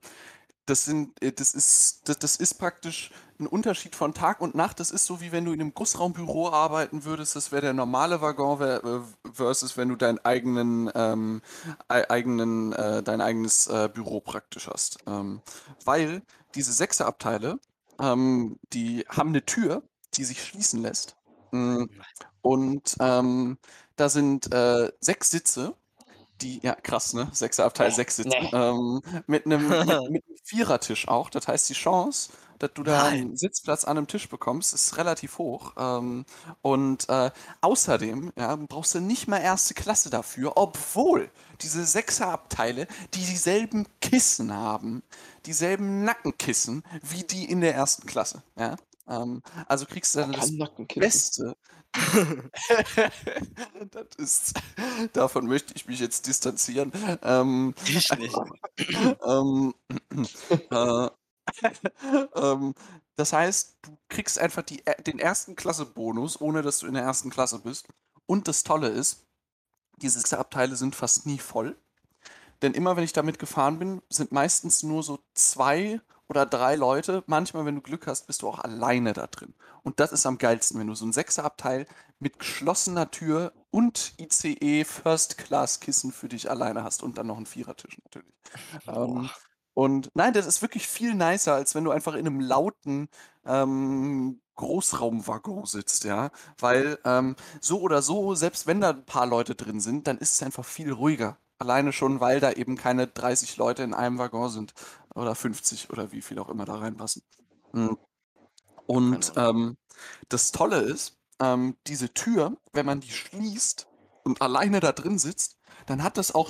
das ist praktisch ein Unterschied von Tag und Nacht. Das ist so, wie wenn du in einem Großraumbüro arbeiten würdest. Das wäre der normale Waggon versus wenn du dein eigenes, Büro praktisch hast. Weil diese Sechserabteile, die haben eine Tür, die sich schließen lässt. Hm, und, da sind, 6 Sitze, die ja, krass, ne? Sechserabteil, Ne, 6 Sitze. ne. Mit 'nem Vierertisch auch. Das heißt, die Chance, dass du da Nein. 'n Sitzplatz an 'nem Tisch bekommst, ist relativ hoch. Und, außerdem, ja, brauchst du nicht mal erste Klasse dafür, obwohl diese Sechserabteile dieselben Kissen haben, dieselben Nackenkissen wie die in der ersten Klasse, ja? Also kriegst du Wer dann kann das Nackenkissen? Beste. Das ist davon möchte ich mich jetzt distanzieren. Ich nicht. Ähm, äh, das heißt, du kriegst einfach den ersten Klasse-Bonus, ohne dass du in der ersten Klasse bist. Und das Tolle ist, diese Abteile sind fast nie voll. Denn immer, wenn ich damit gefahren bin, sind meistens nur so 2 oder 3 Leute. Manchmal, wenn du Glück hast, bist du auch alleine da drin. Und das ist am geilsten, wenn du so 'n Sechserabteil mit geschlossener Tür und ICE First-Class-Kissen für dich alleine hast und dann noch 'n Vierertisch natürlich. Boah. Und nein, das ist wirklich viel nicer, als wenn du einfach in 'nem lauten, Großraumwaggon sitzt, ja? Weil, so oder so, selbst wenn da 'n paar Leute drin sind, dann ist es einfach viel ruhiger. Alleine schon, weil da eben keine 30 Leute in einem Waggon sind oder 50 oder wie viel auch immer da reinpassen. Hm, Ich habe keine und, Ahnung. das Tolle ist, diese Tür, wenn man die schließt und alleine da drin sitzt, dann hat das auch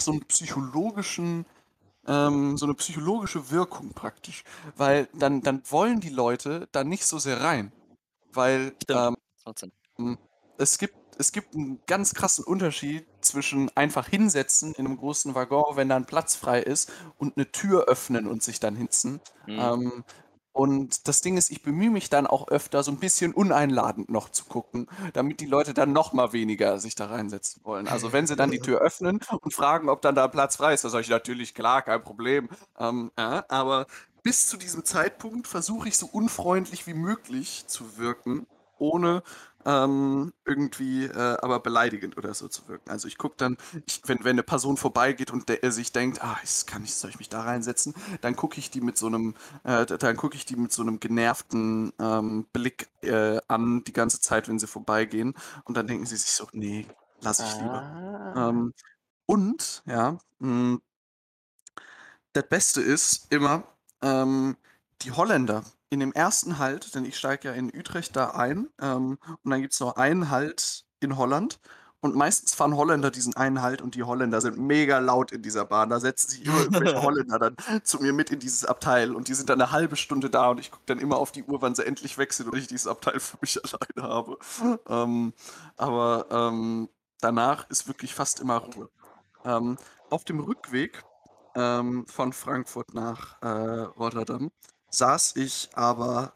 so 'ne psychologische Wirkung praktisch, weil dann wollen die Leute da nicht so sehr rein, weil, Stimmt, das macht Sinn. hm, es gibt 'n ganz krassen Unterschied zwischen einfach hinsetzen in 'nem großen Waggon, wenn da 'n Platz frei ist, und 'ne Tür öffnen und sich dann hinsetzen. Mhm. Ähm, und das Ding ist, ich bemühe mich dann auch öfter, so 'n bisschen uneinladend noch zu gucken, damit die Leute dann noch mal weniger sich da reinsetzen wollen. Also, wenn sie dann die Tür öffnen und fragen, ob dann da Platz frei ist, dann sage ich: „Natürlich, klar, kein Problem." Ja, aber bis zu diesem Zeitpunkt versuche ich so unfreundlich wie möglich zu wirken, ohne irgendwie, aber beleidigend oder so zu wirken. Also ich gucke dann, wenn eine Person vorbeigeht und sich denkt, soll ich mich da reinsetzen, dann gucke ich die mit so einem, genervten Blick an die ganze Zeit, wenn sie vorbeigehen. Und dann denken sie sich so, nee, lass ich lieber. Ah. Ähm, ja, das Beste ist immer, ähm, die Holländer in dem ersten Halt, denn ich steige ja in Utrecht da ein, und dann gibt's noch einen Halt in Holland und meistens fahren Holländer diesen einen Halt und die Holländer sind mega laut in dieser Bahn. Da setzen sich immer irgendwelche Holländer dann zu mir mit in dieses Abteil und die sind dann 'ne halbe Stunde da und ich gucke dann immer auf die Uhr, wann sie endlich weg sind und ich dieses Abteil für mich alleine habe. Ähm, aber danach ist wirklich fast immer Ruhe. Auf dem Rückweg, von Frankfurt nach, Rotterdam saß ich aber,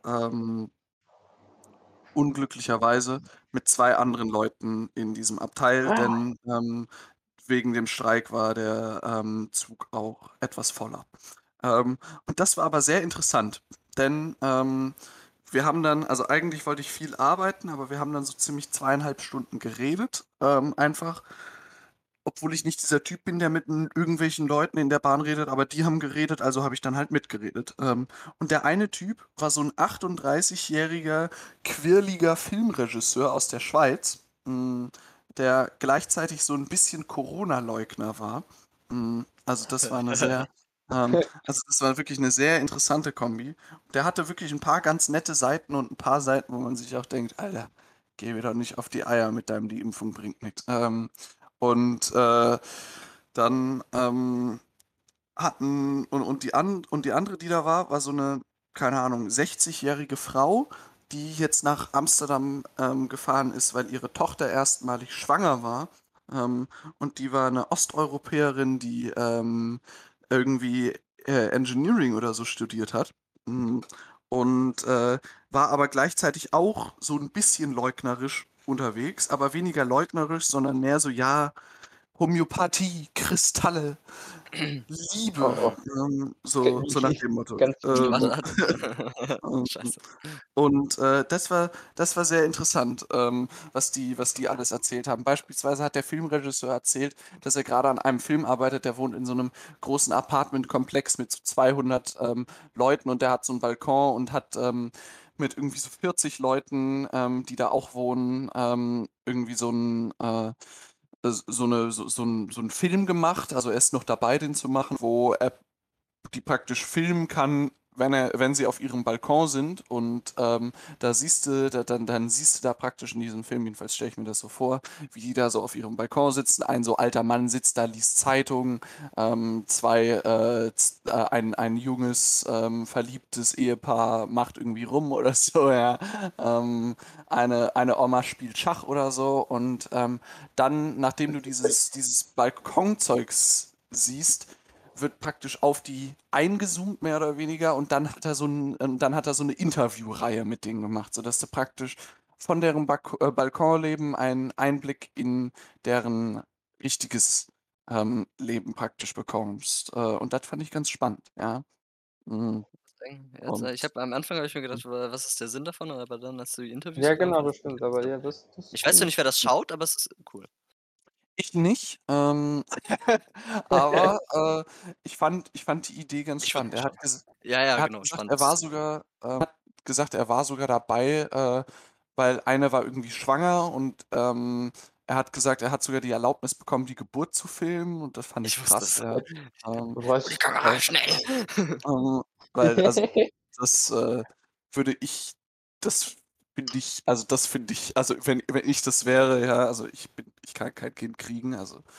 unglücklicherweise mit 2 anderen Leuten in diesem Abteil, denn, wegen dem Streik war der, Zug auch etwas voller. Und das war aber sehr interessant, denn, wir haben dann also eigentlich wollte ich viel arbeiten, aber wir haben dann so ziemlich 2,5 Stunden geredet, einfach obwohl ich nicht dieser Typ bin, der mit irgendwelchen Leuten in der Bahn redet, aber die haben geredet, also habe ich dann halt mitgeredet. Und der eine Typ war so ein 38-jähriger, quirliger Filmregisseur aus der Schweiz, der gleichzeitig so ein bisschen Corona-Leugner war. Also das war eine sehr also das war wirklich eine sehr interessante Kombi. Der hatte wirklich ein paar ganz nette Seiten und ein paar Seiten, wo man sich auch denkt: „Alter, geh mir doch nicht auf die Eier mit deinem „Die Impfung bringt nix.“ und dann und die andere, die da war so eine, keine Ahnung, 60-jährige Frau, die jetzt nach Amsterdam gefahren ist, weil ihre Tochter erstmalig schwanger war. Und die war eine Osteuropäerin, die irgendwie Engineering oder so studiert hat. Mm, Und war aber gleichzeitig auch so ein bisschen leugnerisch unterwegs, aber weniger leugnerisch, sondern mehr so, ja, Homöopathie, Kristalle, Oh, Liebe, oh. so nach dem Motto. Ganz Warte. Ähm, Scheiße. und das war sehr interessant, was die alles erzählt haben. Beispielsweise hat der Filmregisseur erzählt, dass er gerade an einem Film arbeitet, der wohnt in so einem großen Apartmentkomplex mit so 200 Leuten und der hat so einen Balkon und hat mit irgendwie so 40 Leuten, die da auch wohnen, irgendwie so 'n Film gemacht. Also, er ist noch dabei, den zu machen, wo er die praktisch filmen kann, wenn sie auf ihrem Balkon sind und, da siehst du dann siehst du da praktisch in diesem Film, jedenfalls stelle ich mir das so vor, wie die da so auf ihrem Balkon sitzen. Ein so alter Mann sitzt da, liest Zeitung, 2, ein junges, verliebtes Ehepaar macht irgendwie rum oder so, ja. Eine Oma spielt Schach oder so und, dann, nachdem du dieses Balkonzeugs siehst, wird praktisch auf die eingezoomt, mehr oder weniger, und dann hat er so eine Interviewreihe mit denen gemacht, sodass du praktisch von deren Balkonleben einen Einblick in deren richtiges, Leben praktisch bekommst. Und das fand ich ganz spannend, ja. Mhm, und Ich habe am Anfang habe ich mir gedacht: Was ist der Sinn davon?“ Aber dann, als du die Interviews Ja, gebracht genau, hast, das stimmt, aber ja, das ich weiß zwar finde nicht, wer das schaut, aber es ist cool. ich nicht, aber, ich fand die Idee ganz Ich würde spannend. mal schauen. Ja, ja, Er hat genau, gesagt, spannend er war ist sogar er war sogar dabei, weil eine war irgendwie schwanger und, er hat gesagt, er hat sogar die Erlaubnis bekommen, die Geburt zu filmen und das fand ich ich wusste krass, es. ja. Hol Ähm, die was. Kamera, weil schnell! weil also, das, würde ich das finde ich also, wenn ich das wäre, ja, also, ich kann kein Kind kriegen,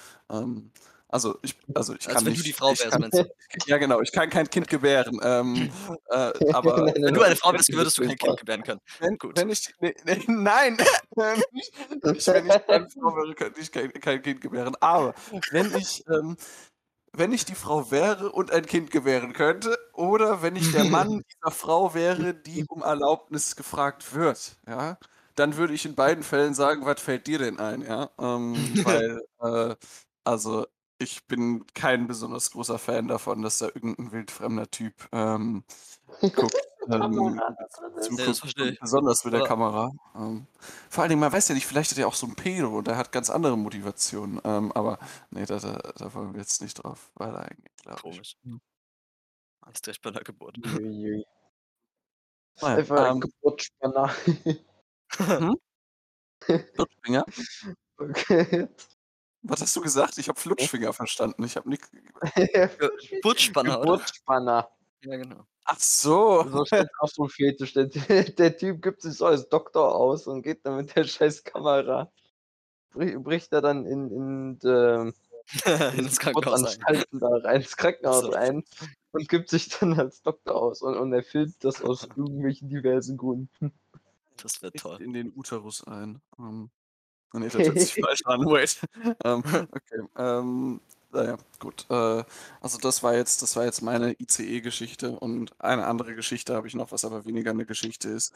ich Also, kann wenn du die nicht Frau wärst, meinst du? ja genau, ich kann kein Kind gebären, aber Nein, Wenn nein, du nein, eine ich Frau kann wärst, diese würdest du kein Kind Filme. gebären können. wenn Gut. wenn ich ne, nein, nicht wenn ich eine Frau wäre, könnte ich kein Kind gebären, aber wenn ich, wenn ich die Frau wäre und ein Kind gebären könnte oder wenn ich der Mann dieser Frau wäre, die um Erlaubnis gefragt wird, ja, dann würde ich in beiden Fällen sagen: „Was fällt dir denn ein?“ Ja, weil, also, ich bin kein besonders großer Fan davon, dass da irgend 'n wildfremder Typ, guckt, Kamera, Ne, das zuguckt verstehe und ich. besonders mit der Aber Kamera. Vor allen Dingen, man weiß ja nicht, vielleicht hat er auch so 'n Pedo und der hat ganz andere Motivationen, aber ne, da wollen wir jetzt nicht drauf weiter eingehen, glaube ich. komisch. Ist direkt bei der Geburt. Ui. Na ja, Einfach Geburtsspanner. mhm, Flutschfinger? Okay. Was hast du gesagt? Ich habe Flutschfinger verstanden. Ich habe nix Geburtsspanner, oder? Geburtsspanner. Ja, genau. Ach so. So steht auch so ein Fetisch. Der Typ gibt sich so als Doktor aus und geht dann mit der scheiß Kamera, bricht er dann in diese ins Krankenhaus ein. Geburtsanstalten da rein, ins Krankenhaus So. ein und gibt sich dann als Doktor aus und er filmt das aus irgendwelchen diversen Gründen. Das wird Bricht toll. in den Uterus ein. Nee, das hört sich falsch an. Wait. Okay. Naja, gut. Also das war jetzt meine ICE-Geschichte und eine andere Geschichte habe ich noch, was aber weniger eine Geschichte ist.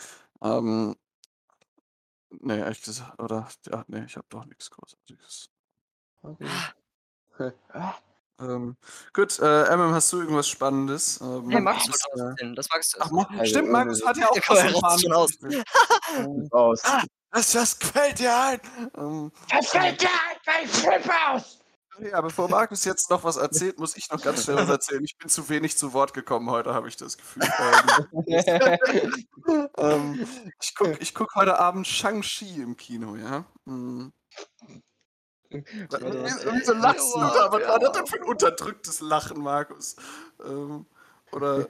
Nee, ehrlich gesagt, oder? Ja, nee, ich habe doch nichts Großartiges. Okay. Gut, hast du irgendwas Spannendes? Hey, Markus Du bist wollte was erzählen. Das magst du Ach, erst. Also, stimmt, Markus hat ja auch Komm, was er im rotzt schon aus. aus. Das gefällt dir ein. Was fällt dir ein? Ich flipp aus! Ja, bevor Markus jetzt noch was erzählt, muss ich noch ganz schnell was erzählen. Ich bin zu wenig zu Wort gekommen heute, habe ich das Gefühl. Ich guck heute Abend Shang-Chi im Kino, ja. Wieso lachst du da? Was war das denn für ein unterdrücktes Lachen, Markus? Oder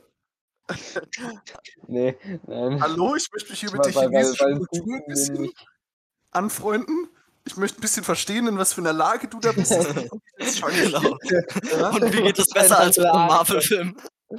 Nee, nein. hallo, ich möchte mich hier mit Weil der chinesischen ein Kultur ein Putin bisschen nämlich anfreunden. Ich möchte ein bisschen verstehen, in was für einer Lage du da bist. Deswegen gucke ich jetzt Shang-Chi. Genau. Ja? Und wie geht es besser als mit einem Marvel-Film?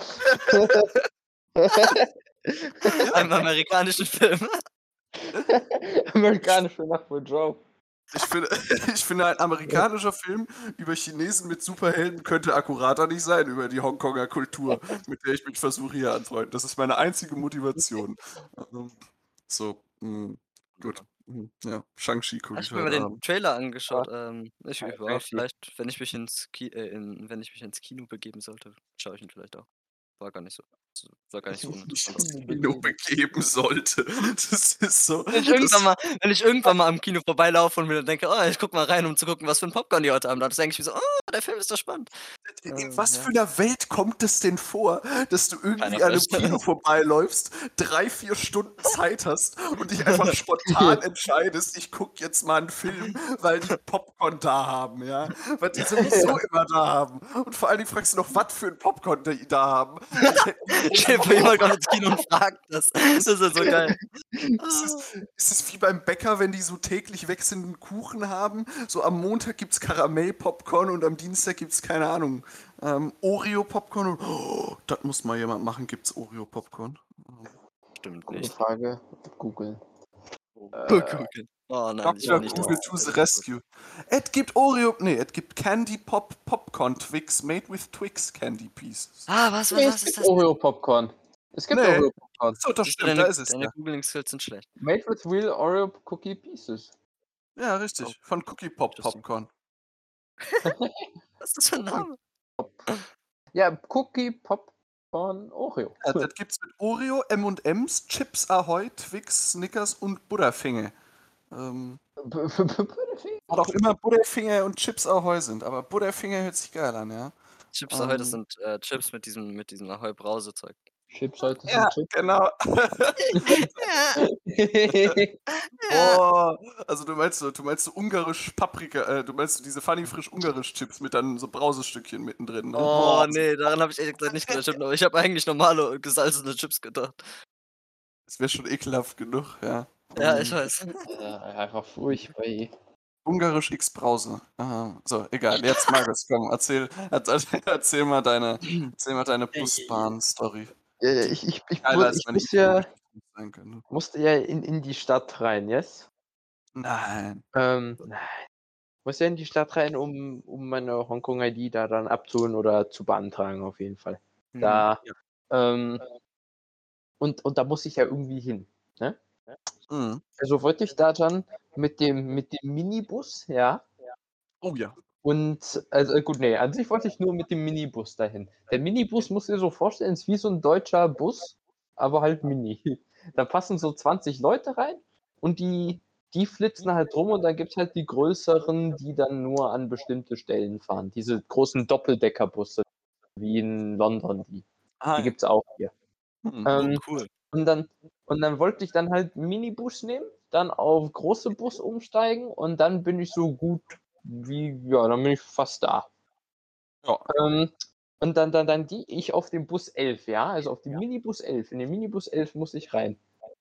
Einem amerikanischen Film. Amerikanische Nacht für Joe. Ich finde, ein amerikanischer Film über Chinesen mit Superhelden könnte akkurater nicht sein über die Hongkonger Kultur, mit der ich mich versuche hier anzufreunden. Das ist meine einzige Motivation. So, gut. Ja, Shang-Chi gucke Hast ich du mir mal heute den Abend. Trailer angeschaut? Ja, Shang-Chi. vielleicht, wenn ich mich ins Kino begeben sollte, schaue ich ihn vielleicht auch. War gar nicht so uninteressant aus. Kino begeben sollte. Das ist so. Wenn ich irgendwann mal am Kino vorbeilaufe und mir dann denke: „Oh, ich gucke mal rein, um zu gucken, was für 'n Popcorn die heute Abend hat“, dann denke ich mir so: „Oh, der Film ist doch spannend.“ In was Ja. für einer Welt kommt es denn vor, dass du irgendwie Keiner an einem weiß. Kino vorbeiläufst, 3, 4 Stunden Zeit hast und dich einfach spontan entscheidest, ich gucke jetzt mal einen Film, weil die Popcorn da haben, ja? Was die sowieso immer da haben. Und vor allen Dingen fragst du noch, was für ein Popcorn die da haben. Als hätten die Stell dir vor, jemand kommt ins Kino und fragt das. Das ist ja so geil. Ist es wie beim Bäcker, wenn die so täglich wechselnden Kuchen haben? So am Montag gibt es Karamell-Popcorn und am Dienstag gibt es, keine Ahnung, Oreo-Popcorn. Und das muss mal jemand machen. Gibt es Oreo-Popcorn? Stimmt Gute nicht. Frage. Google. Google. Oh nein, ich will Dr. nicht, Google to the rescue. Es gibt es gibt Candy Popcorn Twix made with Twix Candy Pieces. was Es ist gibt das? Oreo-Popcorn. Es gibt Nee. Oreo-Popcorn. So, das Siehst du, stimmt, da ist es. deine Ja, Googling-Skills sind schlecht. Made with real Oreo Cookie Pieces. ja richtig. Von Cookie Pop Interesting. Popcorn. Was ist das für 'n Name? Ja, Cookie Popcorn Oreo. Ja, das gibt's mit Oreo, M&M's, Chips Ahoy, Twix, Snickers und Butterfinger. Was auch immer Butterfinger und Chips Ahoy sind, aber Butterfinger hört sich geil an, ja. Chips Ahoy, das sind, Chips mit diesem Ahoi-Brause-Zeug. Chips heute Ja, sind Chips. genau. Boah, also du meinst so ungarisch Paprika, du meinst so diese Funny Frisch ungarisch Chips mit dann so Brausestückchen mittendrin, ne? Oh, ne, daran habe ich ehrlich gesagt nicht gedacht. Ich habe eigentlich normale gesalzene Chips gedacht. Das wäre schon ekelhaft genug, ja. Ja, ich weiß. Einfach furchtbar. Ungarisch X Brause. Aha. So, egal. Jetzt Markus, komm, erzähl mal deine Busbahn-Story. Ich Geiler als meine muss sein können. musste ja in die Stadt rein, yes? Nein. Nein. Muss ja in die Stadt rein, um meine Hongkong-ID da dann abzuholen oder zu beantragen auf jeden Fall. Da, und da muss ich ja irgendwie hin, ne? Mhm. Also wollte ich da dann mit dem Minibus, ja, Oh ja. und also gut, ne, an sich wollte ich nur mit dem Minibus dahin. Der Minibus musst du dir so vorstellen, ist wie so 'n deutscher Bus, aber halt mini. Da passen so 20 Leute rein und die flitzen halt rum und dann gibt's halt die größeren, die dann nur an bestimmte Stellen fahren. Diese großen Doppeldeckerbusse wie in London, die Ah, ja. gibt's auch hier. Mhm. Ähm, Cool. und dann wollte ich dann halt Minibus nehmen, dann auf große Bus umsteigen und dann bin ich so gut wie ja, dann bin ich fast da. Ja. Und dann gehe ich auf den Bus 11, ja, also auf den Minibus 11. In den Minibus 11 muss ich rein.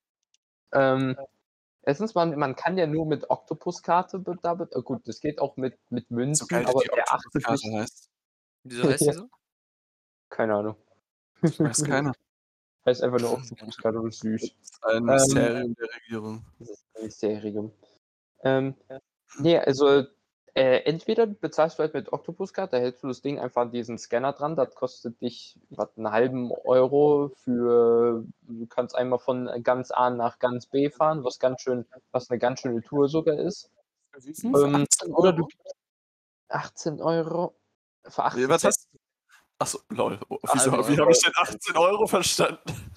Erstens, man kann ja nur mit Oktopuskarte gut, das geht auch mit So Münzen, geil, dass aber die der achtet Oktopuskarte nicht. heißt. Wieso heißt die so? Keine Ahnung. Weiß keiner. Heißt einfach nur Oktopuskarte und ist süß. Das ist ein Mysterium der Regierung. Das ist ein Mysterium. Nee, also entweder bezahlst du halt mit Oktopuskarte, da hältst du das Ding einfach an diesen Scanner dran, das kostet dich einen halben Euro für, du kannst einmal von ganz A nach ganz B fahren, was eine ganz schöne Tour sogar ist. Wie viel? Für 18 Oder du Euro? gibst 18 Euro für 80 Nee, was Cent. hast du? Achso, lol. Wie Halben habe ich denn 18 Euro verstanden?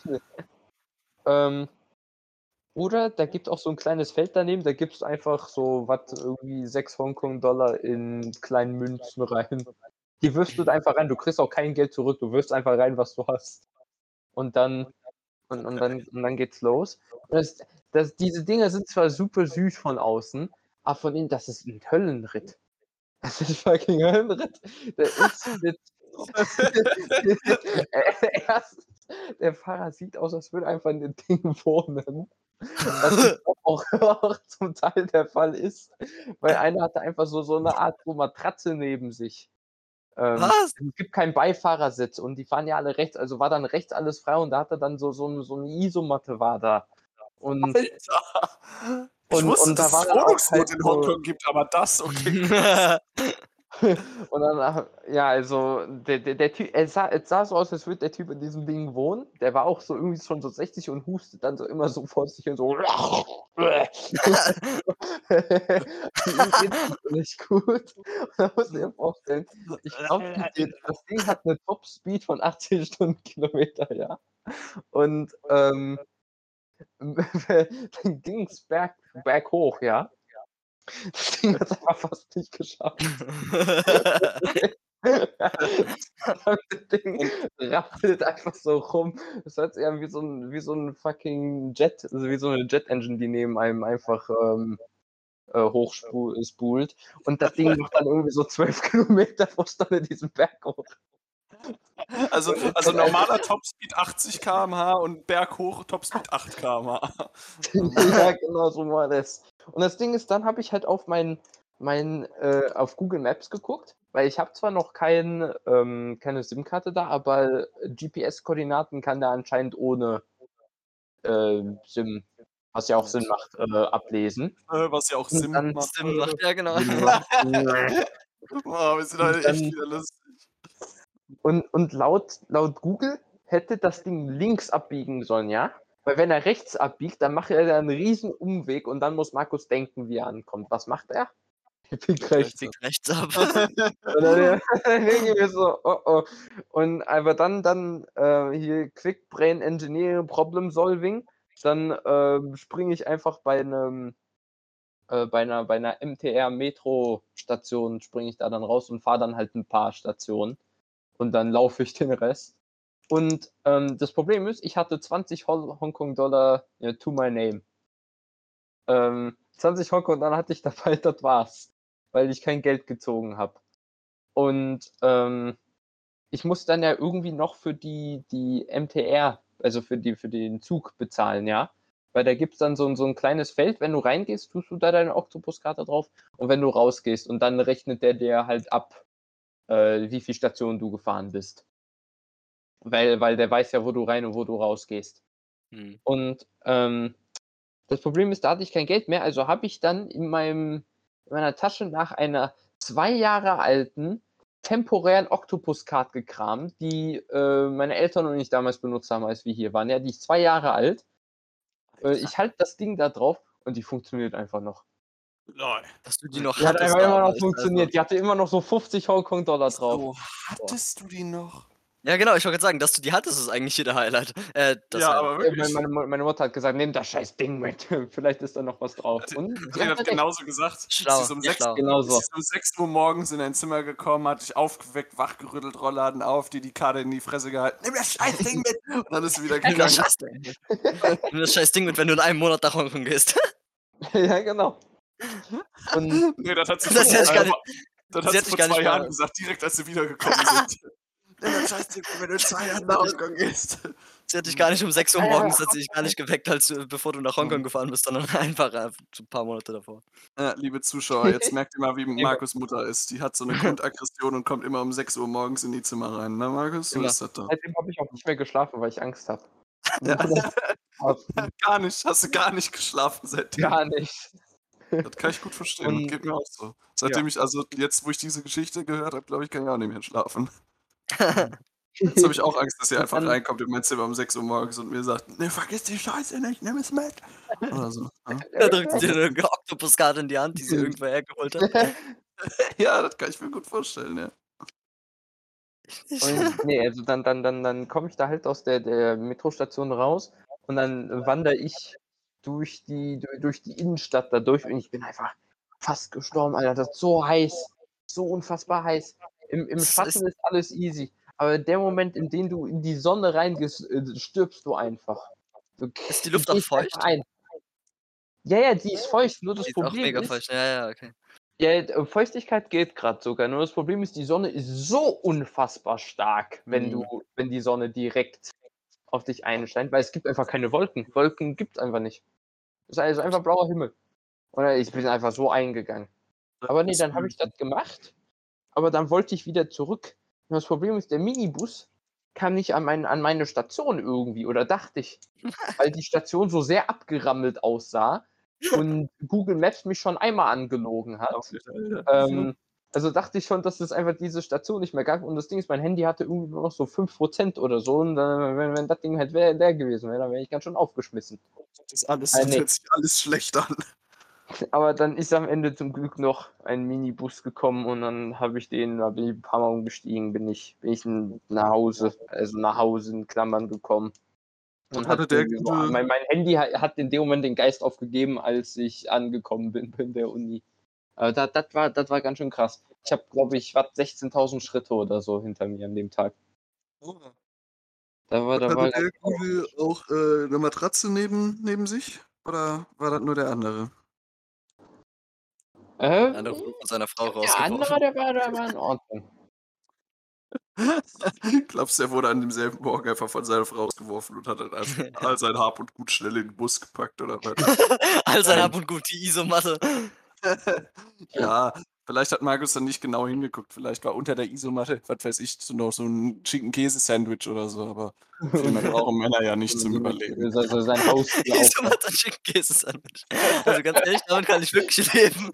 Oder da gibt auch so ein kleines Feld daneben, da gibst du einfach so was irgendwie 6 Hongkong-Dollar in kleinen Münzen rein. Die wirfst du da einfach rein, du kriegst auch kein Geld zurück, du wirfst einfach rein, was du hast. Und dann geht's los. Und diese Dinger sind zwar super süß von außen, aber von innen, das ist ein Höllenritt. Das ist fucking Höllenritt. Der ist mit erstens, der Fahrer sieht aus, als würde einfach in dem Ding wohnen. Was auch zum Teil der Fall ist, weil einer hatte einfach so eine Art so Matratze neben sich. Was? Es gibt keinen Beifahrersitz und die fahren ja alle rechts, also war dann rechts alles frei und da hatte dann so eine Isomatte war da. Und Alter. Ich wusste, und da dass war es dann auch Wohnungsnot halt in so, Hongkong gibt, aber das, okay. und dann, ja, also der Typ, es sah so aus, als würde der Typ in diesem Ding wohnen. Der war auch so irgendwie schon so 60 und hustet dann so immer so vor sich und so. Ihm geht's nicht gut. Und da musst du dir vorstellen, ich glaube, das Ding hat eine Top-Speed von 80 Stundenkilometer, ja. Und dann ging es berghoch, ja. Das Ding hat es einfach fast nicht geschafft. Das Ding rappelt einfach so rum. Das hört sich eher wie so ein fucking Jet, also wie so eine Jet-Engine, die neben einem einfach hochspult. Und das Ding macht dann irgendwie so 12 Kilometer pro Stunde diesen Berg hoch. Also normaler Topspeed 80 km/h und berghoch Topspeed 8 km/h. Ja, genau, so war das. Und das Ding ist, dann habe ich halt auf auf Google Maps geguckt, weil ich habe zwar noch keine SIM-Karte da, aber GPS-Koordinaten kann der anscheinend ohne SIM, was ja auch Sinn macht, ablesen. Was ja auch Und Sinn dann- macht. Sinn macht, ja genau. Sinn macht. Oh, wir sind heute dann- echt wieder lustig. Und laut Google hätte das Ding links abbiegen sollen, ja? Weil wenn er rechts abbiegt, dann macht er einen riesen Umweg und dann muss Markus denken, wie er ankommt. Was macht er? Er biegt rechts ab. Biegt rechts ab. Und dann denken wir so, oh oh. Und aber dann hier Quick Brain Engineering Problem Solving, dann springe ich einfach bei einer MTR Metro Station springe ich da dann raus und fahre dann halt ein paar Stationen und dann laufe ich den Rest. Und das Problem ist, ich hatte 20 Hongkong-Dollar to my name. 20 Hongkong, dann hatte ich dabei, das war's, weil ich kein Geld gezogen habe. Und ich muss dann ja irgendwie noch für die MTR, also für den Zug bezahlen, ja. Weil da gibt es dann so ein kleines Feld, wenn du reingehst, tust du da deine Oktopuskarte drauf und wenn du rausgehst und dann rechnet der dir halt ab, wie viel Stationen du gefahren bist. Weil der weiß ja, wo du rein und wo du rausgehst. Hm. Und das Problem ist, da hatte ich kein Geld mehr, also habe ich dann in meiner Tasche nach einer 2 Jahre alten temporären Oktopus-Card gekramt, die meine Eltern und ich damals benutzt haben, als wir hier waren. Ja, die ist 2 Jahre alt. Ich halte das Ding da drauf und die funktioniert einfach noch. Lol. Dass du die noch Die hat hattest einfach immer noch damals, funktioniert. Die hatte immer noch so 50 Hongkong-Dollar drauf. So, hattest du die noch? Ja, genau, ich wollte gerade sagen, dass du die hattest, ist eigentlich hier der Highlight. Das Ja, Highlight. aber wirklich. Meine Mutter hat gesagt, nimm das scheiß Ding mit. Vielleicht ist da noch was drauf. Und Sie hat genauso gesagt. Schlau, Sie ist um ja, 6, schlau. Genauso. sie ist um 6 Uhr morgens in dein Zimmer gekommen, hat dich aufgeweckt, wachgerüttelt, Rollladen auf, dir die Karte in die Fresse gehalten. Nimm das scheiß Ding mit! Und dann ist sie wieder Nimm das gegangen. Nimm das scheiß Ding mit, wenn du in einem Monat nach Hongkong gehst. Ja, genau. Und Nee, das hat sie Das vor hätte ich gar nicht- das sie hat hätte sie ich vor gar nicht 2 Jahren mal- gesagt, direkt als sie wiedergekommen sind. dann scheiß dir, wenn du in 2 Jahren nach Hongkong gehst. Sie hat dich gar nicht um 6 Uhr morgens hat sie dich gar nicht geweckt, bevor du nach Hongkong gefahren bist, sondern einfach so 'n paar Monate davor. Ja, liebe Zuschauer, jetzt merkt ihr mal, wie Markus' Mutter ist. Die hat so 'ne Grundaggression und kommt immer um 6 Uhr morgens in die Zimmer rein, ne, Markus? So Immer. ist das doch. Seitdem habe ich auch nicht mehr geschlafen, weil ich Angst habe. Ja. Gar nicht. Hast du gar nicht geschlafen seitdem? Gar nicht. Das kann ich gut verstehen. Und Das geht mir auch so. Seitdem ich jetzt, wo ich diese Geschichte gehört habe, glaube ich, kann ich auch nicht mehr schlafen. Jetzt habe ich auch Angst, dass sie einfach Dann- reinkommt in mein Zimmer um 6 Uhr morgens und mir sagt: „Ne, vergiss die Scheiße nicht, nimm es mit." Oder so, ne? Da drückt sie dir 'ne Oktopuskarte in die Hand, die sie irgendwo hergeholt hat. Ja, das kann ich mir gut vorstellen, ja. Und ne, also dann komme ich da halt aus der Metrostation raus und dann wandere ich durch die Innenstadt da durch und ich bin einfach fast gestorben, Alter. Das ist so heiß, so unfassbar heiß. Im Es ist Schatten ist alles easy, aber der Moment, in dem du in die Sonne reingehst, stirbst du einfach. Du Ist die du Luft auch gehst einfach feucht? ein. Ja, die ist feucht, nur das Die ist auch Problem mega ist feucht. Ja, okay. ja, Feuchtigkeit geht grad sogar, nur das Problem ist, die Sonne ist so unfassbar stark, Mhm. wenn die Sonne direkt auf dich einscheint, weil es gibt einfach keine Wolken. Wolken gibt's einfach nicht. Es ist also einfach blauer Himmel. Oder ich bin einfach so eingegangen. Aber ne, dann habe ich das gemacht, aber dann wollte ich wieder zurück. Und das Problem ist, der Minibus kam nicht an meine Station irgendwie oder dachte ich, weil die Station so sehr abgerammelt aussah und Google Maps mich schon einmal angelogen hat. Also dachte ich schon, dass es einfach diese Station nicht mehr gab. Und das Ding ist, mein Handy hatte irgendwie nur noch so 5% oder so. Und wenn das Ding halt leer gewesen wäre, dann wäre ich ganz schön aufgeschmissen. Das Ne. hört sich alles schlecht an. Aber dann ist am Ende zum Glück noch ein Minibus gekommen und dann da bin ich ein paar Mal umgestiegen, bin ich nach Hause in Klammern gekommen. Und Hatte hat der irgendwie so gute mein Handy hat in dem Moment den Geist aufgegeben, als ich angekommen bin in der Uni. Aber das war ganz schön krass. Ich habe, glaube ich, 16.000 Schritte oder so hinter mir an dem Tag. Da war hatte der ganz Gute auch, 'ne Matratze neben sich oder war das nur der andere? Der andere wurde von seiner Frau der rausgeworfen. andere, der war in Ordnung. Glaubst du, der wurde an demselben Morgen einfach von seiner Frau rausgeworfen und hat dann einfach all sein Hab und Gut schnell in den Bus gepackt oder was? All sein Hab und Gut, die Isomatte. Ja, vielleicht hat Markus dann nicht genau hingeguckt. Vielleicht war unter der Isomatte, was weiß ich, so noch so 'n Schinken-Käse-Sandwich oder so, aber viel mehr brauchen Männer ja nicht zum Überleben. Sein Haustier auch. Isomatte und Schinken-Käse-Sandwich. Also ganz ehrlich, damit kann ich wirklich leben.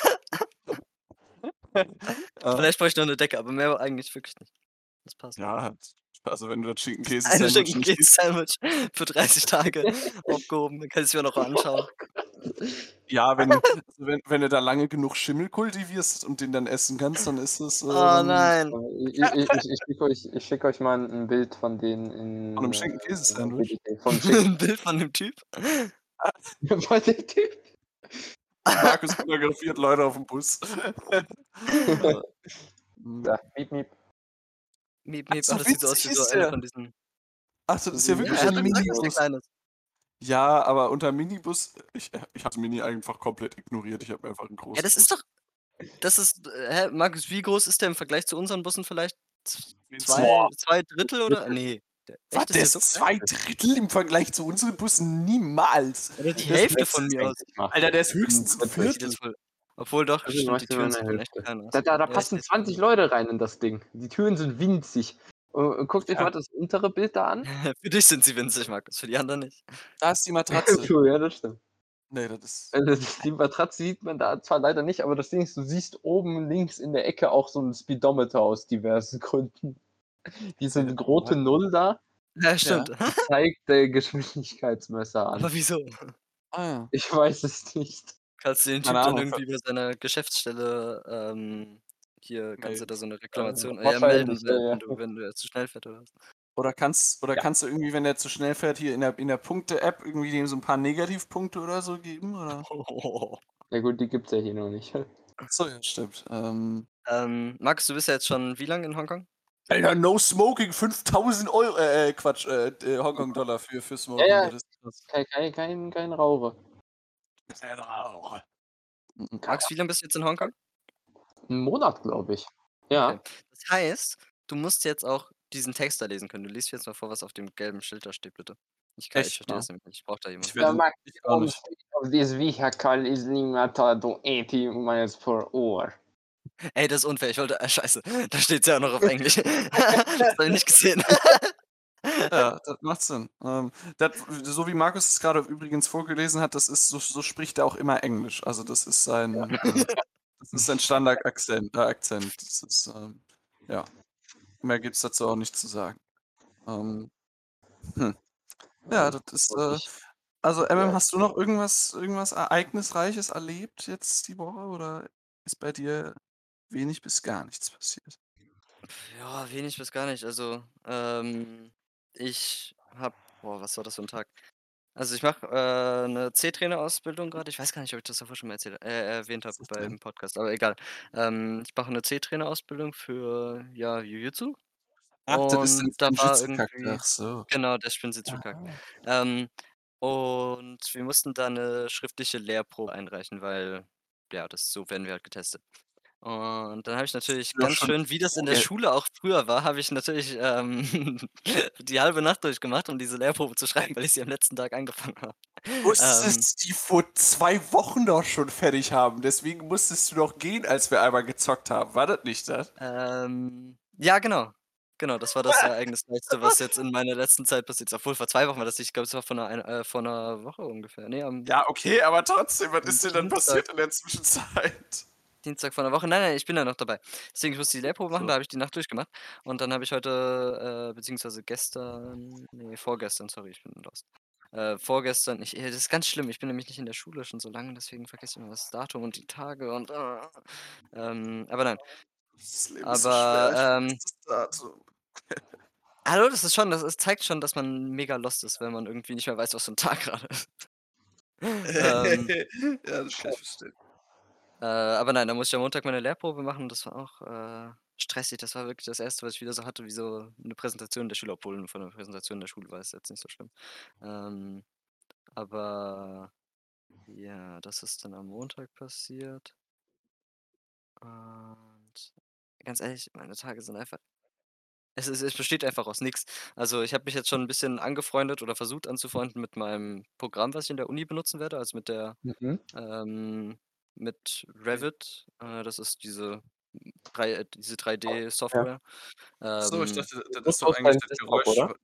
Vielleicht brauche ich noch 'ne Decke, aber mehr eigentlich wirklich nicht. Das passt. Ja, also wenn du das Eine Schinken-Käse-Sandwich nicht isst, Schinken-Käse-Sandwich für 30 Tage aufgehoben. Dann kann ich's mir noch anschauen. ja, wenn du da lange genug Schimmel kultivierst und den dann essen kannst, dann ist es, Oh dann nein. Ich schicke euch mal ein Bild von denen von 'nem in Schinken-Käse-Sandwich. vom Schinken. 'N Bild von dem Typ. Von dem Typ. Markus fotografiert Leute aufm Bus. Da, miep, miep. Miep, Ach, miep. so Ah, das sieht so aus witzig wie so ist einer der. von diesen Ach so, das ist ja Ja, wirklich er 'n hat gesagt, dass der Minibus. klein ist. Ja, aber unter Minibus ich habe Mini einfach komplett ignoriert. Ich habe mir einfach 'n Ja, großen das ist Bus doch Markus, wie groß ist der im Vergleich zu unseren Bussen vielleicht? Boah, 2/3 oder? Ne. was, Echt, ist der der so ist klein? 2/3 im Vergleich zu unseren Bussen? Niemals. Oder die Das Hälfte das von mir aus. Alter, der ist höchstens 'n Das sieht Viertel. jetzt voll obwohl doch, Also stimmt, die maximal Türen 'ne sehen schon echt Hälfte. klein aus. Da Ja, ich passen sehe 20 Leute rein in das Ding. Die Türen sind winzig. Guckt euch Ja, mal das untere Bild da an. Für dich sind sie winzig, Markus, für die anderen nicht. da ist die Matratze. So, ja, das stimmt. Ne, das ist Die Matratze sieht man da zwar leider nicht, aber das Ding ist, du siehst oben links in der Ecke auch so 'n Speedometer aus diversen Gründen. Diese rote Null da, Ja, ja. stimmt. die zeigt, Geschwindigkeitsmesser an. Aber wieso? Ah ja, Ich weiß es nicht. Kannst du den keine Typ dann Ahnung, irgendwie bei seiner Geschäftsstelle, hier kannst du melden. da so 'ne Reklamation Wahrscheinlich, melden, ja, ja. wenn er zu schnell fährt oder was? Oder Ja. kannst du irgendwie, wenn der zu schnell fährt, hier in der Punkte-App irgendwie dem so 'n paar Negativpunkte oder so geben, oder? Ja gut, die gibt's ja hier noch nicht. Ach so, ja, stimmt. Markus, du bist ja jetzt schon wie lange in Hongkong? Alter, no smoking, 5.000 Euro, Quatsch, Hongkong-Dollar für Ja, Smoking, ja, das ist krass. kein Raucher. Max, wie lange bist du jetzt in Hongkong? 'N Monat, glaube ich. Okay. Ja. Das heißt, du musst jetzt auch diesen Text da lesen können. Du liest jetzt mal vor, was auf dem gelben Schild da steht, bitte. Ich Echt, verstehe ja. das nämlich nicht. Ich brauche da Ich jemanden. The werde maximum ich auch nicht. speed of this vehicle is limited to 80 miles per hour. Ey, das ist unfair. Ich wollte scheiße, da steht's ja auch noch auf Englisch. Das habe ich nicht gesehen. Ja, das macht Sinn. So wie Markus es gerade übrigens vorgelesen hat, das ist so spricht er auch immer Englisch. Also, das ist sein Standardakzent Akzent. Das ist, ja. Mehr gibt's dazu auch nicht zu sagen. Ähm, hm. Ja, das ist, Wirklich. also, Ja. hast du noch irgendwas Ereignisreiches erlebt jetzt die Woche oder ist bei dir wenig bis gar nichts passiert? Ja, wenig bis gar nicht. Also, ich habe was war das für 'n Tag? Also, ich mache, 'ne C-Trainer-Ausbildung grade. Ich weiß gar nicht, ob ich das davor schon mal erwähnt habe Was ist das denn? beim Podcast, aber egal. Ich mache 'ne C-Trainer-Ausbildung für, ja, Jiu-Jitsu Ach, das ist und den da war Ninjitsu-Charakter. irgendwie Ach so. genau, der Spinjitzu-Kak. Ähm, und wir mussten da 'ne schriftliche Lehrprobe einreichen, weil ja, so werden wir halt getestet. Und dann habe ich natürlich Ja, ganz schon schön, wie das in der vorher Schule auch früher war, habe ich natürlich, die halbe Nacht durchgemacht, um diese Lehrprobe zu schreiben, weil ich sie am letzten Tag angefangen habe. Ähm, musstest die vor 2 Wochen doch schon fertig haben. Deswegen musstest du doch gehen, als wir einmal gezockt haben. War das nicht das? ja, genau. Genau, das war das Ereignisreichste, was jetzt in meiner letzten Zeit passiert ist. Obwohl, vor 2 Wochen war das nicht. Ich glaube, es war vor 'ner Woche ungefähr. Ne, Ja, okay, aber trotzdem, was am ist denn dann Dienstag. passiert in der Zwischenzeit? Dienstag vor 'ner Woche. Nein, nein, ich bin da noch dabei. Deswegen, ich musste die Lehrprobe machen, So. da habe ich die Nacht durchgemacht. Und dann habe ich heute, beziehungsweise gestern vorgestern, sorry, ich bin lost. Vorgestern das ist ganz schlimm, ich bin nämlich nicht in der Schule schon so lange, deswegen vergesse ich immer das Datum und die Tage und aber nein. Das Leben ist so schwer, Aber, ich vergesse das Datum. hallo, das zeigt schon, dass man mega lost ist, wenn man irgendwie nicht mehr weiß, was für 'n Tag grade ist. Ähm Ja, das kann ich verstehen. Aber nein, da musste ich am Montag meine Lehrprobe machen. Das war auch, stressig. Das war wirklich das erste, was ich wieder so hatte, wie so 'ne Präsentation der Schule, obwohl von 'ner Präsentation der Schule war es jetzt nicht so schlimm. Ähm, aber ja, das ist dann am Montag passiert. Und ganz ehrlich, meine Tage sind einfach es besteht einfach aus nix. Also, ich habe mich jetzt schon 'n bisschen angefreundet oder versucht anzufreunden mit meinem Programm, was ich in der Uni benutzen werde, also Mhm. ähm, mit Okay. Revit. Das ist diese Ja. 3D-Software. Ach so, ich Ähm, dachte, das Das ist doch aus eigentlich deinem das Desktop, Geräusch. oder?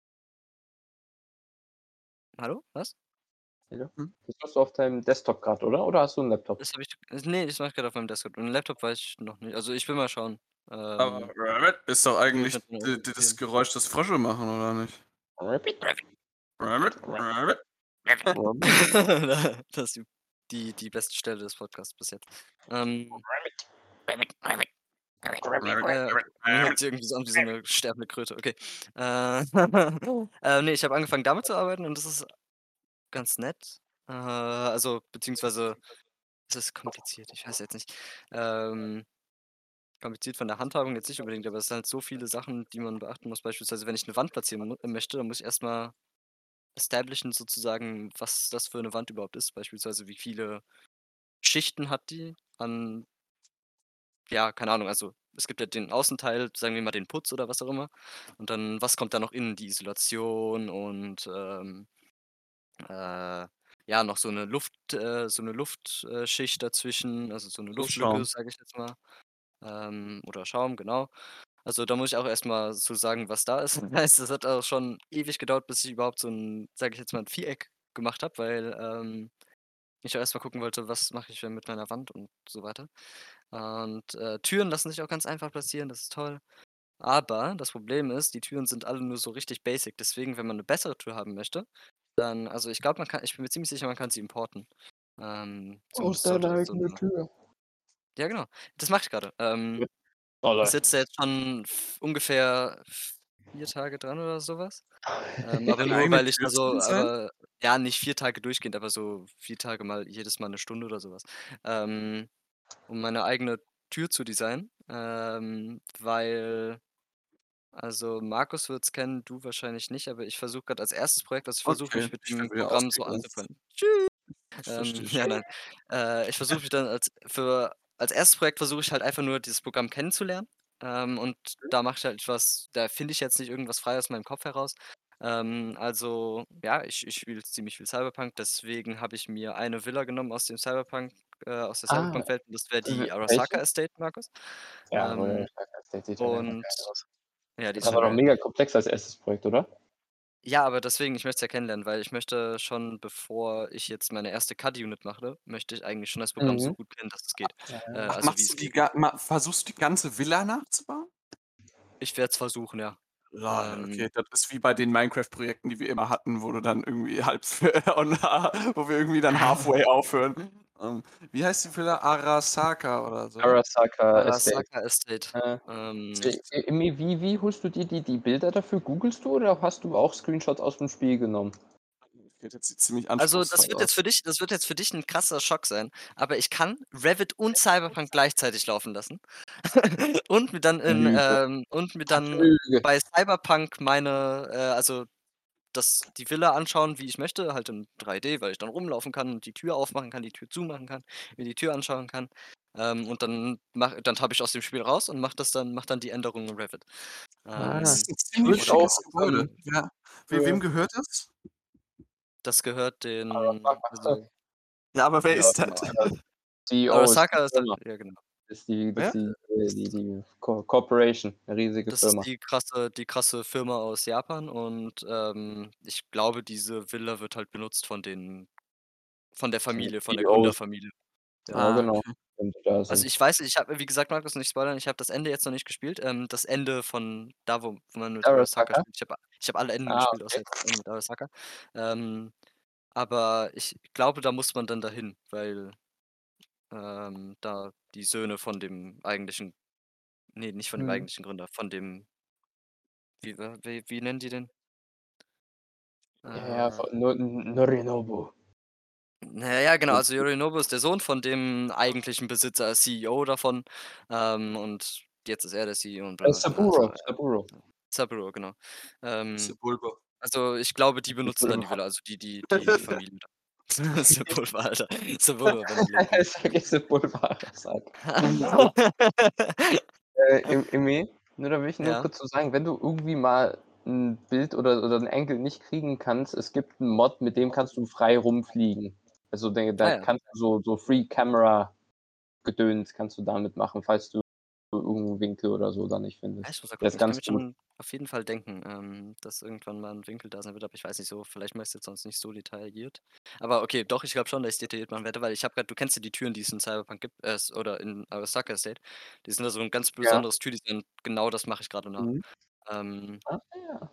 hallo, was? Hallo? Hm? Das hast du auf deinem Desktop grad, oder? Oder hast du 'n Laptop? Das habe ich ne, das mache ich grad auf meinem Desktop. 'N Laptop weiß ich noch nicht. Also, ich will mal schauen. Aber Rabbit ist doch Will mich eigentlich mit denen das ausprobieren. Geräusch, das Frösche machen, oder nicht? Rabbit, Rabbit, Rabbit. Rabbit, Das ist die beste Stelle des Podcasts bis jetzt. Ähm, Rabbit, Rabbit, hört Rabbit. sich irgendwie so an wie so 'ne sterbende Kröte, okay. Äh, ne, ich habe angefangen, damit zu arbeiten und das ist ganz nett. Also, beziehungsweise es ist kompliziert, ich weiß jetzt nicht. Kompliziert von der Handhabung jetzt nicht unbedingt, aber es sind halt so viele Sachen, die man beachten muss. Beispielsweise, wenn ich 'ne Wand platzieren möchte, dann muss ich erst mal establishen sozusagen, was das für 'ne Wand überhaupt ist. Beispielsweise, wie viele Schichten hat die an ja, keine Ahnung, also, es gibt ja den Außenteil, sagen wir mal den Putz oder was auch immer. Und dann, was kommt da noch innen? Die Isolation und, ja, noch so 'ne Luftschicht dazwischen, also, so 'ne So Luftlücke, Schaum. sage ich jetzt mal, oder Schaum, genau. Also, da muss ich auch erst mal so sagen, was da ist. Heißt, das hat auch schon ewig gedauert, bis ich überhaupt so 'n, sage ich jetzt mal, 'n Viereck gemacht habe, weil, ich auch erst mal gucken wollte, was mache ich denn mit meiner Wand und so weiter. Und, Türen lassen sich auch ganz einfach platzieren, das ist toll. Aber das Problem ist, die Türen sind alle nur so richtig basic. Deswegen, wenn man 'ne bessere Tür haben möchte, dann also, ich bin mir ziemlich sicher, man kann sie importen. aus Zumindest deiner sollte das so eigenen 'ne Tür. ja, genau. Das mache ich grade. Oh, Ich sitze da jetzt schon ungefähr 4 Tage dran oder so was. Aber Deine nur, eigene weil ich Tür da zu so designen? aber ja, nicht 4 Tage durchgehend, aber so 4 Tage mal jedes Mal 'ne Stunde oder so was. Um meine eigene Tür zu designen, weil also, Markus wird's kennen, du wahrscheinlich nicht, aber ich versuche grad als erstes Projekt also, ich versuche Okay, mich mit ich dem bin wieder Programm so ausgegangen. anzufreunden. Ich verstehe Ja, schon. nein. Ich versuche mich dann als erstes Projekt versuche ich halt einfach nur dieses Programm kennenzulernen. Und da mache ich halt was, da finde ich jetzt nicht irgendwas frei aus meinem Kopf heraus. Also, ja, ich spiele ziemlich viel Cyberpunk, deswegen habe ich mir eine Villa genommen aus der Ah, Cyberpunk-Welt und das wäre die welche? Arasaka Estate, Markus. Ja, Ähm, das sieht ja mega und geil aus. ja, die ist Das war schon doch geil. mega komplex als erstes Projekt, oder? Ja, aber deswegen, ich möchte es ja kennenlernen, weil ich möchte schon, bevor ich jetzt meine erste CAD-Unit mache, möchte ich eigentlich schon das Programm so Mhm. gut kennen, dass es geht. Ach, Also wie es geht. versuchst du die ganze Villa nachzubauen? Ich werde es versuchen, ja. Lol, Ähm, okay, das ist wie bei den Minecraft-Projekten, die wir immer hatten, wo du dann irgendwie wo wir irgendwie dann halfway aufhören. Wie heißt die Villa? Arasaka oder so? Arasaka Estate. Arasaka Estate. Äh, Ähm, wie holst du dir die Bilder dafür? Googlest du oder hast du auch Screenshots aus dem Spiel genommen? Geht jetzt ziemlich also das anspruchsvoll wird jetzt aus. für dich das wird jetzt für dich 'n krasser Schock sein, aber ich kann Revit und Cyberpunk gleichzeitig laufen lassen und Lüge. mir dann Lüge. bei Cyberpunk also die Villa anschauen, wie ich möchte, halt in 3D, weil ich dann rumlaufen kann und die Tür aufmachen kann, die Tür zumachen kann, mir die Tür anschauen kann. Und dann tappe ich aus dem Spiel raus und mache dann die Änderungen in Revit. Ah, Das Ähm, ist 'n ich ziemlich würde oder auch schickes Gebäude. Ja. Wem für gehört das? das gehört Arasaka. Ja, aber wer Ja, ist genau. das? CEO ist die Arasaka ist halt, Firma. ja genau. Das Wer? die Corporation, 'ne riesige Das ist Firma. die krasse Firma aus Japan und, ich glaube, diese Villa wird halt benutzt von der Von den Familie, von der CEOs. Gründerfamilie. Ja. Ja, Ah, genau, okay. wenn die da Also, sind. ich weiß nicht, ich habe, wie gesagt, Markus, nicht spoilern, ich habe das Ende jetzt noch nicht gespielt. Das Ende von da, wo man mit Arasaka Arasaka? spielt. Ich habe alle Enden Ah, gespielt, außer okay. jetzt das Ende mit Arasaka. Ähm, aber ich glaube, da muss man dann dahin, weil, da die Söhne von dem eigentlichen, ne, nicht von dem Mhm. eigentlichen Gründer, von dem, wie nennen die den? Ja, ja, Äh, von Norinobu. na ja, genau, also Yorinobu ist der Sohn von dem eigentlichen Besitzer, CEO davon, und jetzt ist er der CEO und bla bla bla. Also, Saburo. Saburo, genau. Ähm, Sepulver. also, ich glaube, die benutzen dann die Sepulveda. Villa, also die Familie da. Sepulveda, Alter. Sepulveda, wenn du Leben. Sag ich Sepulveda, Arasaka. Emil, nur da will ich nur Ja. kurz so sagen, wenn du irgendwie mal 'n Bild oder 'n Angle nicht kriegen kannst, es gibt 'n Mod, mit dem kannst du frei rumfliegen. Also, da Ah ja. kannst du so Free Camera Gedöns kannst du damit machen, falls du irgend 'n Winkel oder so da nicht Ja, findest. ich muss mal Der gucken. ist Ich kann ganz mir gut. schon auf jeden Fall denken, dass irgendwann mal 'n Winkel da sein wird, aber ich weiß nicht so, vielleicht mache ich's jetzt sonst nicht so detailliert. Aber okay, doch, ich glaube schon, dass ich's detailliert machen werde, weil ich habe grad, du kennst ja die Türen, die es in Cyberpunk gibt, oder in Arasaka Estate. Die sind da so 'n ganz Ja. besonderes Türdesign. Genau das mache ich grade nach. Mhm. Ähm, Ah, ja.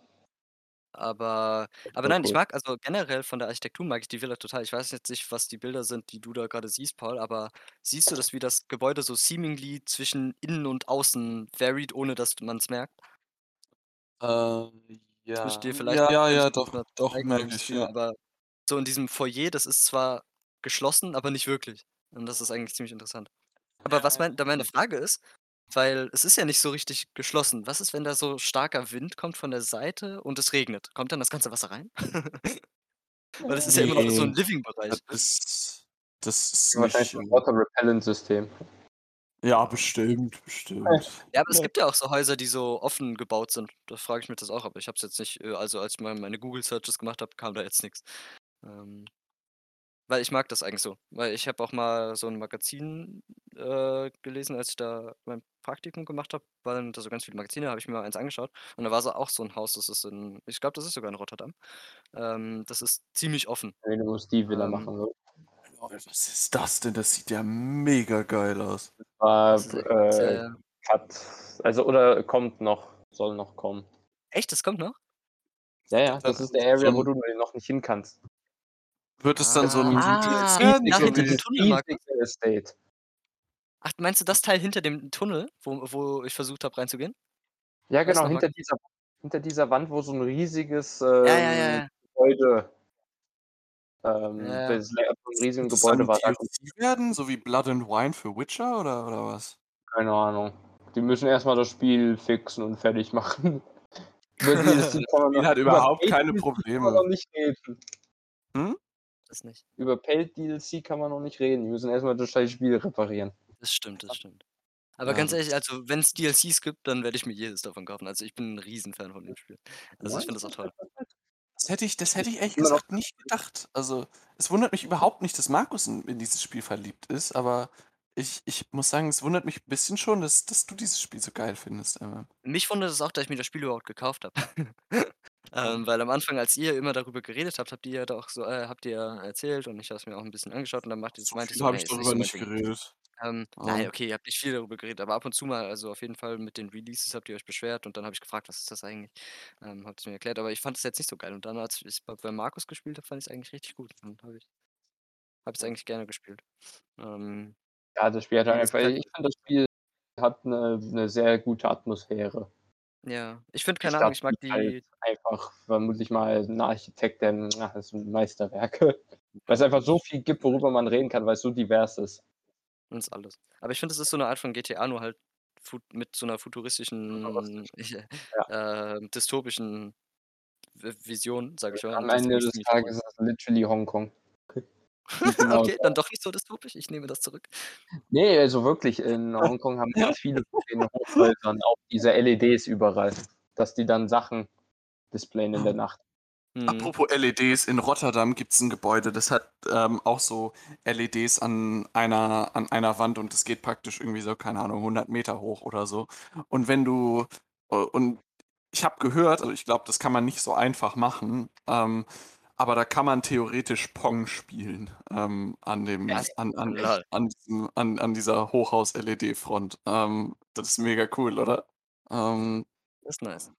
aber Voll nein, ich cool. mag, also generell von der Architektur mag ich die Villa total. Ich weiß jetzt nicht, was die Bilder sind, die du da grade siehst, Paul, aber siehst du das, wie das Gebäude so seemingly zwischen innen und außen varied, ohne dass man's merkt? Äh, Das muss ich dir ja. vielleicht Ja, könnte ich ja, dir das doch, mal doch, zeigen auf dem merke ich, Stream, ja. aber so in diesem Foyer, das ist zwar geschlossen, aber nicht wirklich. Und das ist eigentlich ziemlich interessant. Aber was Ja, meine Frage ist, weil es ist ja nicht so richtig geschlossen. Was ist, wenn da so starker Wind kommt von der Seite und es regnet? Kommt dann das ganze Wasser rein? Weil es ist ja immer noch so 'n Ne, Living-Bereich. das ist wahrscheinlich nicht 'n Water Repellent System. ja, bestimmt, bestimmt. Ja, aber es gibt ja auch so Häuser, die so offen gebaut sind. Da frage ich mich das auch, aber ich habe es jetzt nicht, also, als ich mal meine Google Searches gemacht habe, kam da jetzt nix. Ähm Weil ich mag das eigentlich so. Weil ich habe auch mal so 'n Magazin, gelesen, als ich da mein Praktikum gemacht habe, waren da so ganz viele Magazine, habe ich mir mal eins angeschaut und da war so auch so 'n Haus, das ist ich glaube, das ist sogar in Rotterdam. Das ist ziemlich offen. Ne, du musst die Villa Ähm, machen, so. Lol, was ist das denn? Das sieht ja mega geil aus. das War, ist echt ja, ja. Cut also oder kommt noch, soll noch kommen. Echt, das kommt noch? Ja, ja, das ist der So Area, wo 'n du noch nicht hin kannst. wird es dann so 'n Dieses Ah, DLC werden, da so hinter wie dem dieses Tunnel, Markus? riesige Estate. Ach, meinst du das Teil hinter dem Tunnel, wo ich versucht habe reinzugehen? Ja, Weißt du genau, noch, Markus? hinter dieser Wand, wo so 'n riesiges, Ja, ja, ja, ja. Gebäude Ja, ja. das Layout von 'nem riesigen wird es dann Gebäude 'n war, da kommt DLC werden, so wie Blood and Wine für Witcher oder was? keine Ahnung. Die müssen erst mal das Spiel fixen und fertig machen. Über DLC kann man Spiel noch hat über überhaupt Paid keine DLC kann man noch Probleme. nicht reden. Hm? Das nicht. Über Paid DLC kann man noch nicht reden. Die müssen erst mal das scheiß Spiel reparieren. Das stimmt, das stimmt. Aber ganz das ehrlich, also wenn's DLCs gibt, dann werde ich mir jedes davon kaufen. Also, ich bin 'n Riesenfan von dem Spiel. Also, ich finde das auch toll. das hätte ich ehrlich Immer noch gesagt nicht gedacht. Also, es wundert mich überhaupt nicht, dass Markus in dieses Spiel verliebt ist, aber ich muss sagen, es wundert mich 'n bisschen schon, dass du dieses Spiel so geil findest, Mich wundert es auch, dass ich mir das Spiel überhaupt gekauft habe. Weil am Anfang, als ihr immer darüber geredet habt, habt ihr ja doch so habt ihr ja erzählt und ich habe es mir auch 'n bisschen angeschaut und dann So meinte ich viel so: habe „Ey, ich ist nicht so darüber mein nicht Ding." geredet. Nein, Ähm, okay, ihr habt nicht viel darüber geredet, aber ab und zu mal, also auf jeden Fall mit den Releases habt ihr euch beschwert und dann habe ich gefragt: „Was ist das eigentlich?" Habt's mir erklärt, aber ich fand es jetzt nicht so geil und dann, als ich's bei Markus gespielt habe, fand ich's eigentlich richtig gut und habe ich's eigentlich gerne gespielt. Ähm, Ja, das Spiel hat wie halt einfach gesagt, ich finde, das Spiel hat 'ne sehr gute Atmosphäre. ja, ich finde, Die keine Ahnung, Stadt ich mag ist halt die einfach vermutlich mal 'n Architekt, der das ist 'n Meisterwerk. Weil's einfach so viel gibt, worüber man reden kann, weil's so divers ist. uns alles. Aber ich finde, es ist so 'ne Art von GTA, nur halt mit so 'ner futuristischen, Futuristisch. Ja. dystopischen Vision, sage ich mal, Am und das finde Ende ich des ziemlich cool. Tages ist es literally Hongkong. Sieht genauso Okay, dann aus. doch nicht so dystopisch. Ich nehme das zurück. Ne, also wirklich, in Hongkong haben ganz viele von den Hochhäusern auch diese LEDs überall, dass die dann Sachen displayen in der Nacht. Mhm. Apropos LEDs, in Rotterdam gibt's 'n Gebäude, das hat, auch so LEDs an einer Wand und das geht praktisch irgendwie so, keine Ahnung, 100 Meter hoch oder so. Und wenn du und ich habe gehört, also ich glaube, das kann man nicht so einfach machen, aber da kann man theoretisch Pong spielen, an dem Was? an Lol, an diesem an dieser Hochhaus-LED-Front. Das ist mega cool, oder? Ähm, das ist nice.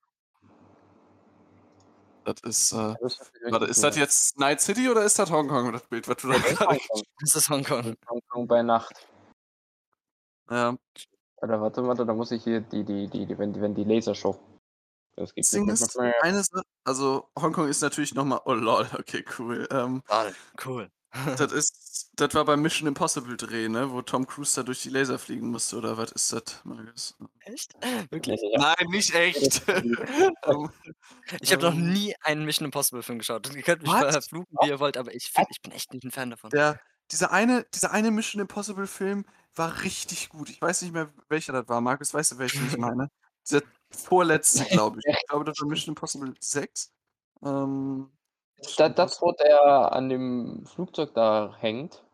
das ist, Ja, das hört sich warte, richtig ist gut das an. jetzt Night City oder ist das Hongkong, das Bild, was du da Ne, das ist gerade Hongkong. geschickt Das ist Das Hongkong. ist Hongkong bei Nacht. Ja. Oder warte, da muss ich hier die Lasershow. Das geht Das nicht Ding mit ist, Map. eine Sa also, Hongkong ist natürlich noch mal oh lol, okay, cool. Lol, cool. Das war beim Mission Impossible Dreh, ne, wo Tom Cruise da durch die Laser fliegen musste oder was ist das, Markus? Echt? Ne, Wirklich? ne, ja. Nein, nicht echt. Ähm, Ich habe noch ähm, nie einen Mission Impossible Film geschaut. Ihr könnt mich was? verfluchen, wie ihr wollt, aber ich bin echt nicht 'n Fan davon. Der dieser eine Mission Impossible Film war richtig gut. Ich weiß nicht mehr, welcher das war. Markus, weißt du, welchen ich meine? Dieser vorletzte, glaube ich. Ich glaube, das war Mission Impossible 6. Ist Mission das, Impossible wo der an dem Flugzeug da hängt?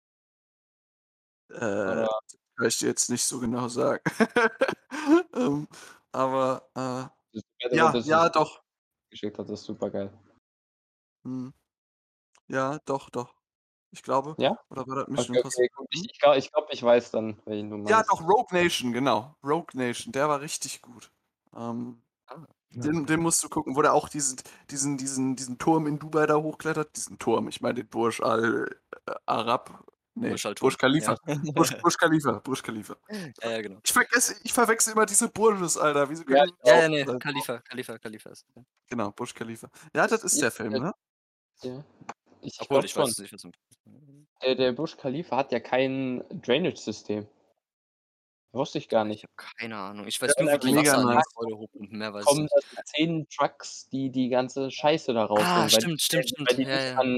Äh, Oder kann ich dir jetzt nicht so genau sagen. Ähm, aber, ja, das ja, ist doch. geschickt hat, ist supergeil. Mhm. Ja, doch, doch. Ich glaube, Ja? oder war das Mission Okay, okay, Impossible gut. Ich 7? ich glau ich glaube, ich weiß dann, welchen du Ja, meinst. doch, Rogue Nation, genau. Rogue Nation, der war richtig gut. Ähm, Ah. den musst du gucken, wo der auch diesen Turm in Dubai da hochklettert. Diesen Turm, ich meine den Burj Al Arab. Ne, Burj Al Burj Turm, ja. Khalifa. Burj Khalifa, Burj Khalifa. Ja, ja, genau. Ich verwechsel immer diese Burjes, Alter. Wieso Ja, können ich Ja, auch. ja, ne, die Khalifa ist ja. Genau, Burj Khalifa. Ja, das ist Ja, der Film, ne? ja. Ich Obwohl, glaube ich weiß schon. es nicht, was Der Burj Khalifa hat ja kein Drainage-System. Wusste ich gar ich nicht. habe keine Ahnung. Ich Da weiß werden nur, wie einfach die Mega Wasser an dem nice. Gebäude hochpumpen, mehr weiß ich kommen nicht. dann 10 Trucks, die die ganze Scheiße da Ah, rausholen, stimmt, stimmt, weil stimmt. die Ja, nicht ja.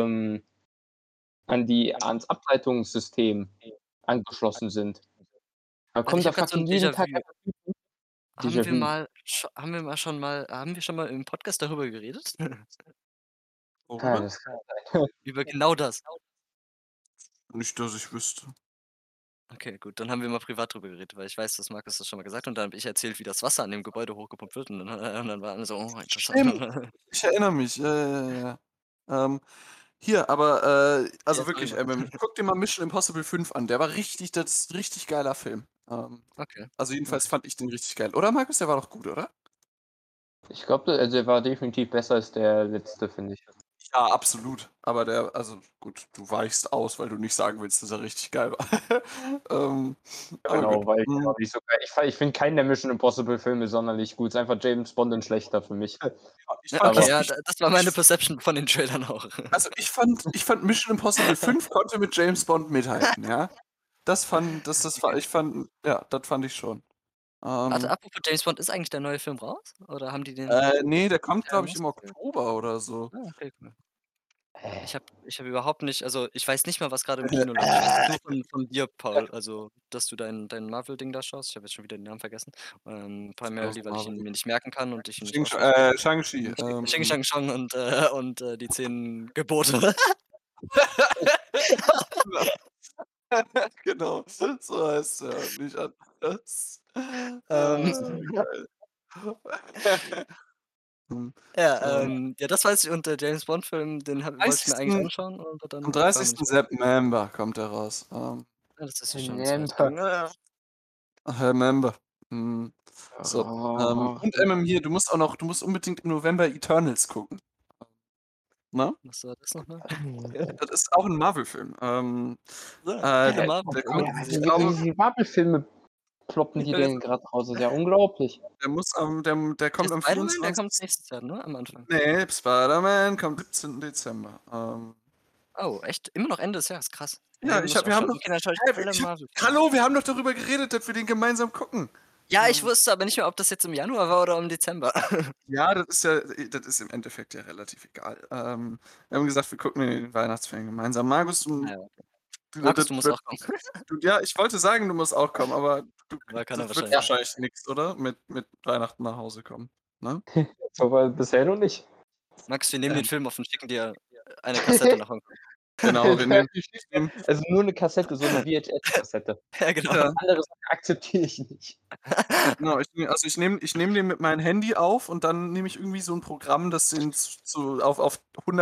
ans Ableitungssystem angeschlossen sind. Dann Alter, kommen ich da habe grad so 'n fucking jeden Tag Déjà-vu. einfach Typen Déjà-vu. Haben wir schon mal im Podcast darüber geredet? Ja, Worüber? das kann sein. Über genau das? Nicht, dass ich wüsste. Okay, gut, dann haben wir mal privat drüber geredet, weil ich weiß, dass Markus das schon mal gesagt hat und dann habe ich erzählt, wie das Wasser an dem Gebäude hochgepumpt wird und dann waren alle so: „Oh, interessant." Stimmt, ich erinnere mich. Ja, ja, ja, ja. Hier, aber, Ja, also sorry, wirklich, Mann. guck dir mal Mission Impossible 5 an. Der war richtig das ist 'n richtig geiler Film. Okay, Also jedenfalls okay. fand ich den richtig geil. Oder Markus? Der war doch gut, oder? Ich glaube, also, er war definitiv besser als der letzte, finde ich. Ja, absolut. Aber also gut, du weichst aus, weil du nicht sagen willst, dass er richtig geil war. Ähm, Ja, aber gut. genau, weil ich den auch nicht so geil ich finde keinen der Mission Impossible Filme sonderlich gut. Ist einfach James Bond in schlechter für mich. Ja, ich Ja, fand okay, Aber ja, das war meine Perception von den Trailern auch. ich fand Mission Impossible 5 konnte mit James Bond mithalten, ja. Okay. Ja, das fand ich schon. Warte, Ähm, apropos James Bond, ist eigentlich der neue Film raus? Oder haben die den ne, der kommt, glaube intern ich, im rausgebracht? Oktober oder so. Ah, okay, cool. Ich hab überhaupt nicht, also, ich weiß nicht mal, was gerade im Kino läuft. Ich weiß nur von dir, Paul, also, dass du dein Marvel-Ding da schaust. Ich habe jetzt schon wieder den Namen vergessen. Aus Primarily, weil ich ihn Marvel. mir nicht merken kann und ich ihn nicht aussprechen kann. Shang-Chi. Xing Shang Chong und die 10 Gebote. Genau, so heißt er, nicht anders. Ähm, Geil. Hm, ja, ähm, ja, das weiß ich, und der James Bond-Film, den wollte ich mir eigentlich 30. anschauen, aber Am dann kam er 30. nicht raus. September kommt er raus. Ja, das ist ja schon in 2 September. Tagen. Remember. Hm, so, Oh, und hier, du musst unbedingt im November Eternals gucken. Ne? Was war das noch mal? Das ist auch 'n Marvel-Film. So, Der der Marvel. der kommt, ja, ich wie glaube, viele Marvel-Filme ploppen die denn gerade raus? Das ist ja unglaublich. der Der kommt am Spider-Man, der kommt 24. nächstes Jahr, ne, am Anfang. Ne, Spider-Man kommt 17. Dezember. Oh, echt? Immer noch Ende des Jahres, krass. Ja, Ja, den muss ich auch wir haben schauen. doch Okay, dann schaue ich alle ich habe Marvel-Filme. hallo, wir haben doch darüber geredet, dass wir den gemeinsam gucken. Ja, ich Ähm, wusste aber nicht mehr, ob das jetzt im Januar war oder im Dezember. ja, das ist im Endeffekt ja relativ egal. Wir haben gesagt, wir gucken den Weihnachtsfilm gemeinsam. Markus, Ah ja, okay. du Markus, das du musst wird auch kommen. ja, ich wollte sagen, du musst auch kommen, aber Aber kann er das wird wahrscheinlich Ja, nicht. wahrscheinlich nix, oder? Mit Weihnachten nach Hause kommen, ne? aber bisher noch nicht. Max, wir nehmen den Ähm, Film auf und schicken dir eine Kassette nach Hongkong. genau, ich nehme Also nur 'ne Kassette, so 'ne VHS-Kassette. Ja, genau. ja, Andere Sachen akzeptiere ich nicht. genau, ich nehme den mit meinem Handy auf und dann nehme ich irgendwie so 'n Programm, das den zu auf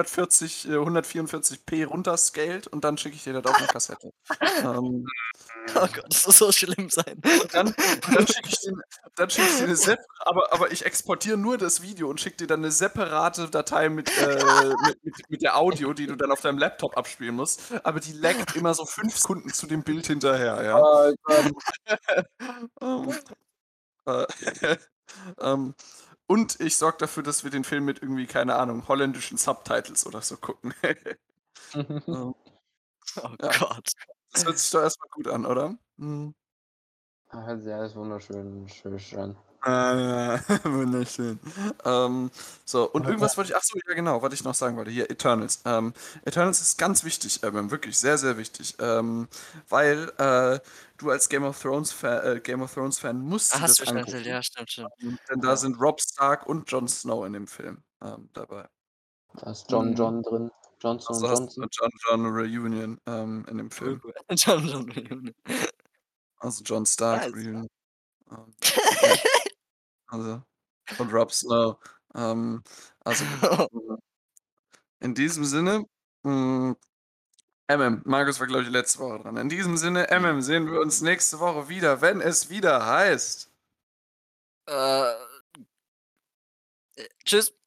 144p runterscalt und dann schicke ich dir das auf 'ne Kassette. Ähm Oh Gott, das muss so schlimm sein. Und dann schicke ich dir 'ne aber ich exportiere nur das Video und schicke dir dann 'ne separate Datei mit der Audio, die du dann auf deinem Laptop abspielen musst, aber die laggt immer so 5 Sekunden zu dem Bild hinterher, ja? Oh Gott. Ähm, äh, ähm, und ich sorge dafür, dass wir den Film mit irgendwie, keine Ahnung, holländischen Subtitles oder so gucken. Ähm, Oh ja, Gott. das hört sich doch erst mal gut an, oder? Mhm. Ah, ja, ist wunderschön, schön. Wunderschön. So, und irgendwas wollte ich, ach so, ja genau, was ich noch sagen wollte, hier, Eternals. Eternals ist ganz wichtig, wirklich sehr, sehr wichtig, weil du als Game of Thrones Fan musst Ah, dir hast das du schon erzählt, angucken, ja, stimmt. denn da Ja. sind Robb Stark und Jon Snow in dem Film dabei. Da ist Mhm. John drin. Johnson Also und hast du Johnson. eine John Reunion in dem Film. John Reunion. Also Jon Stark Nice. Reunion. Ja, also und Robb Snow. Also in diesem Sinne, hm, Markus war, glaube ich, letzte Woche dran. In diesem Sinne, sehen wir uns nächste Woche wieder, wenn es wieder heißt. Tschüss.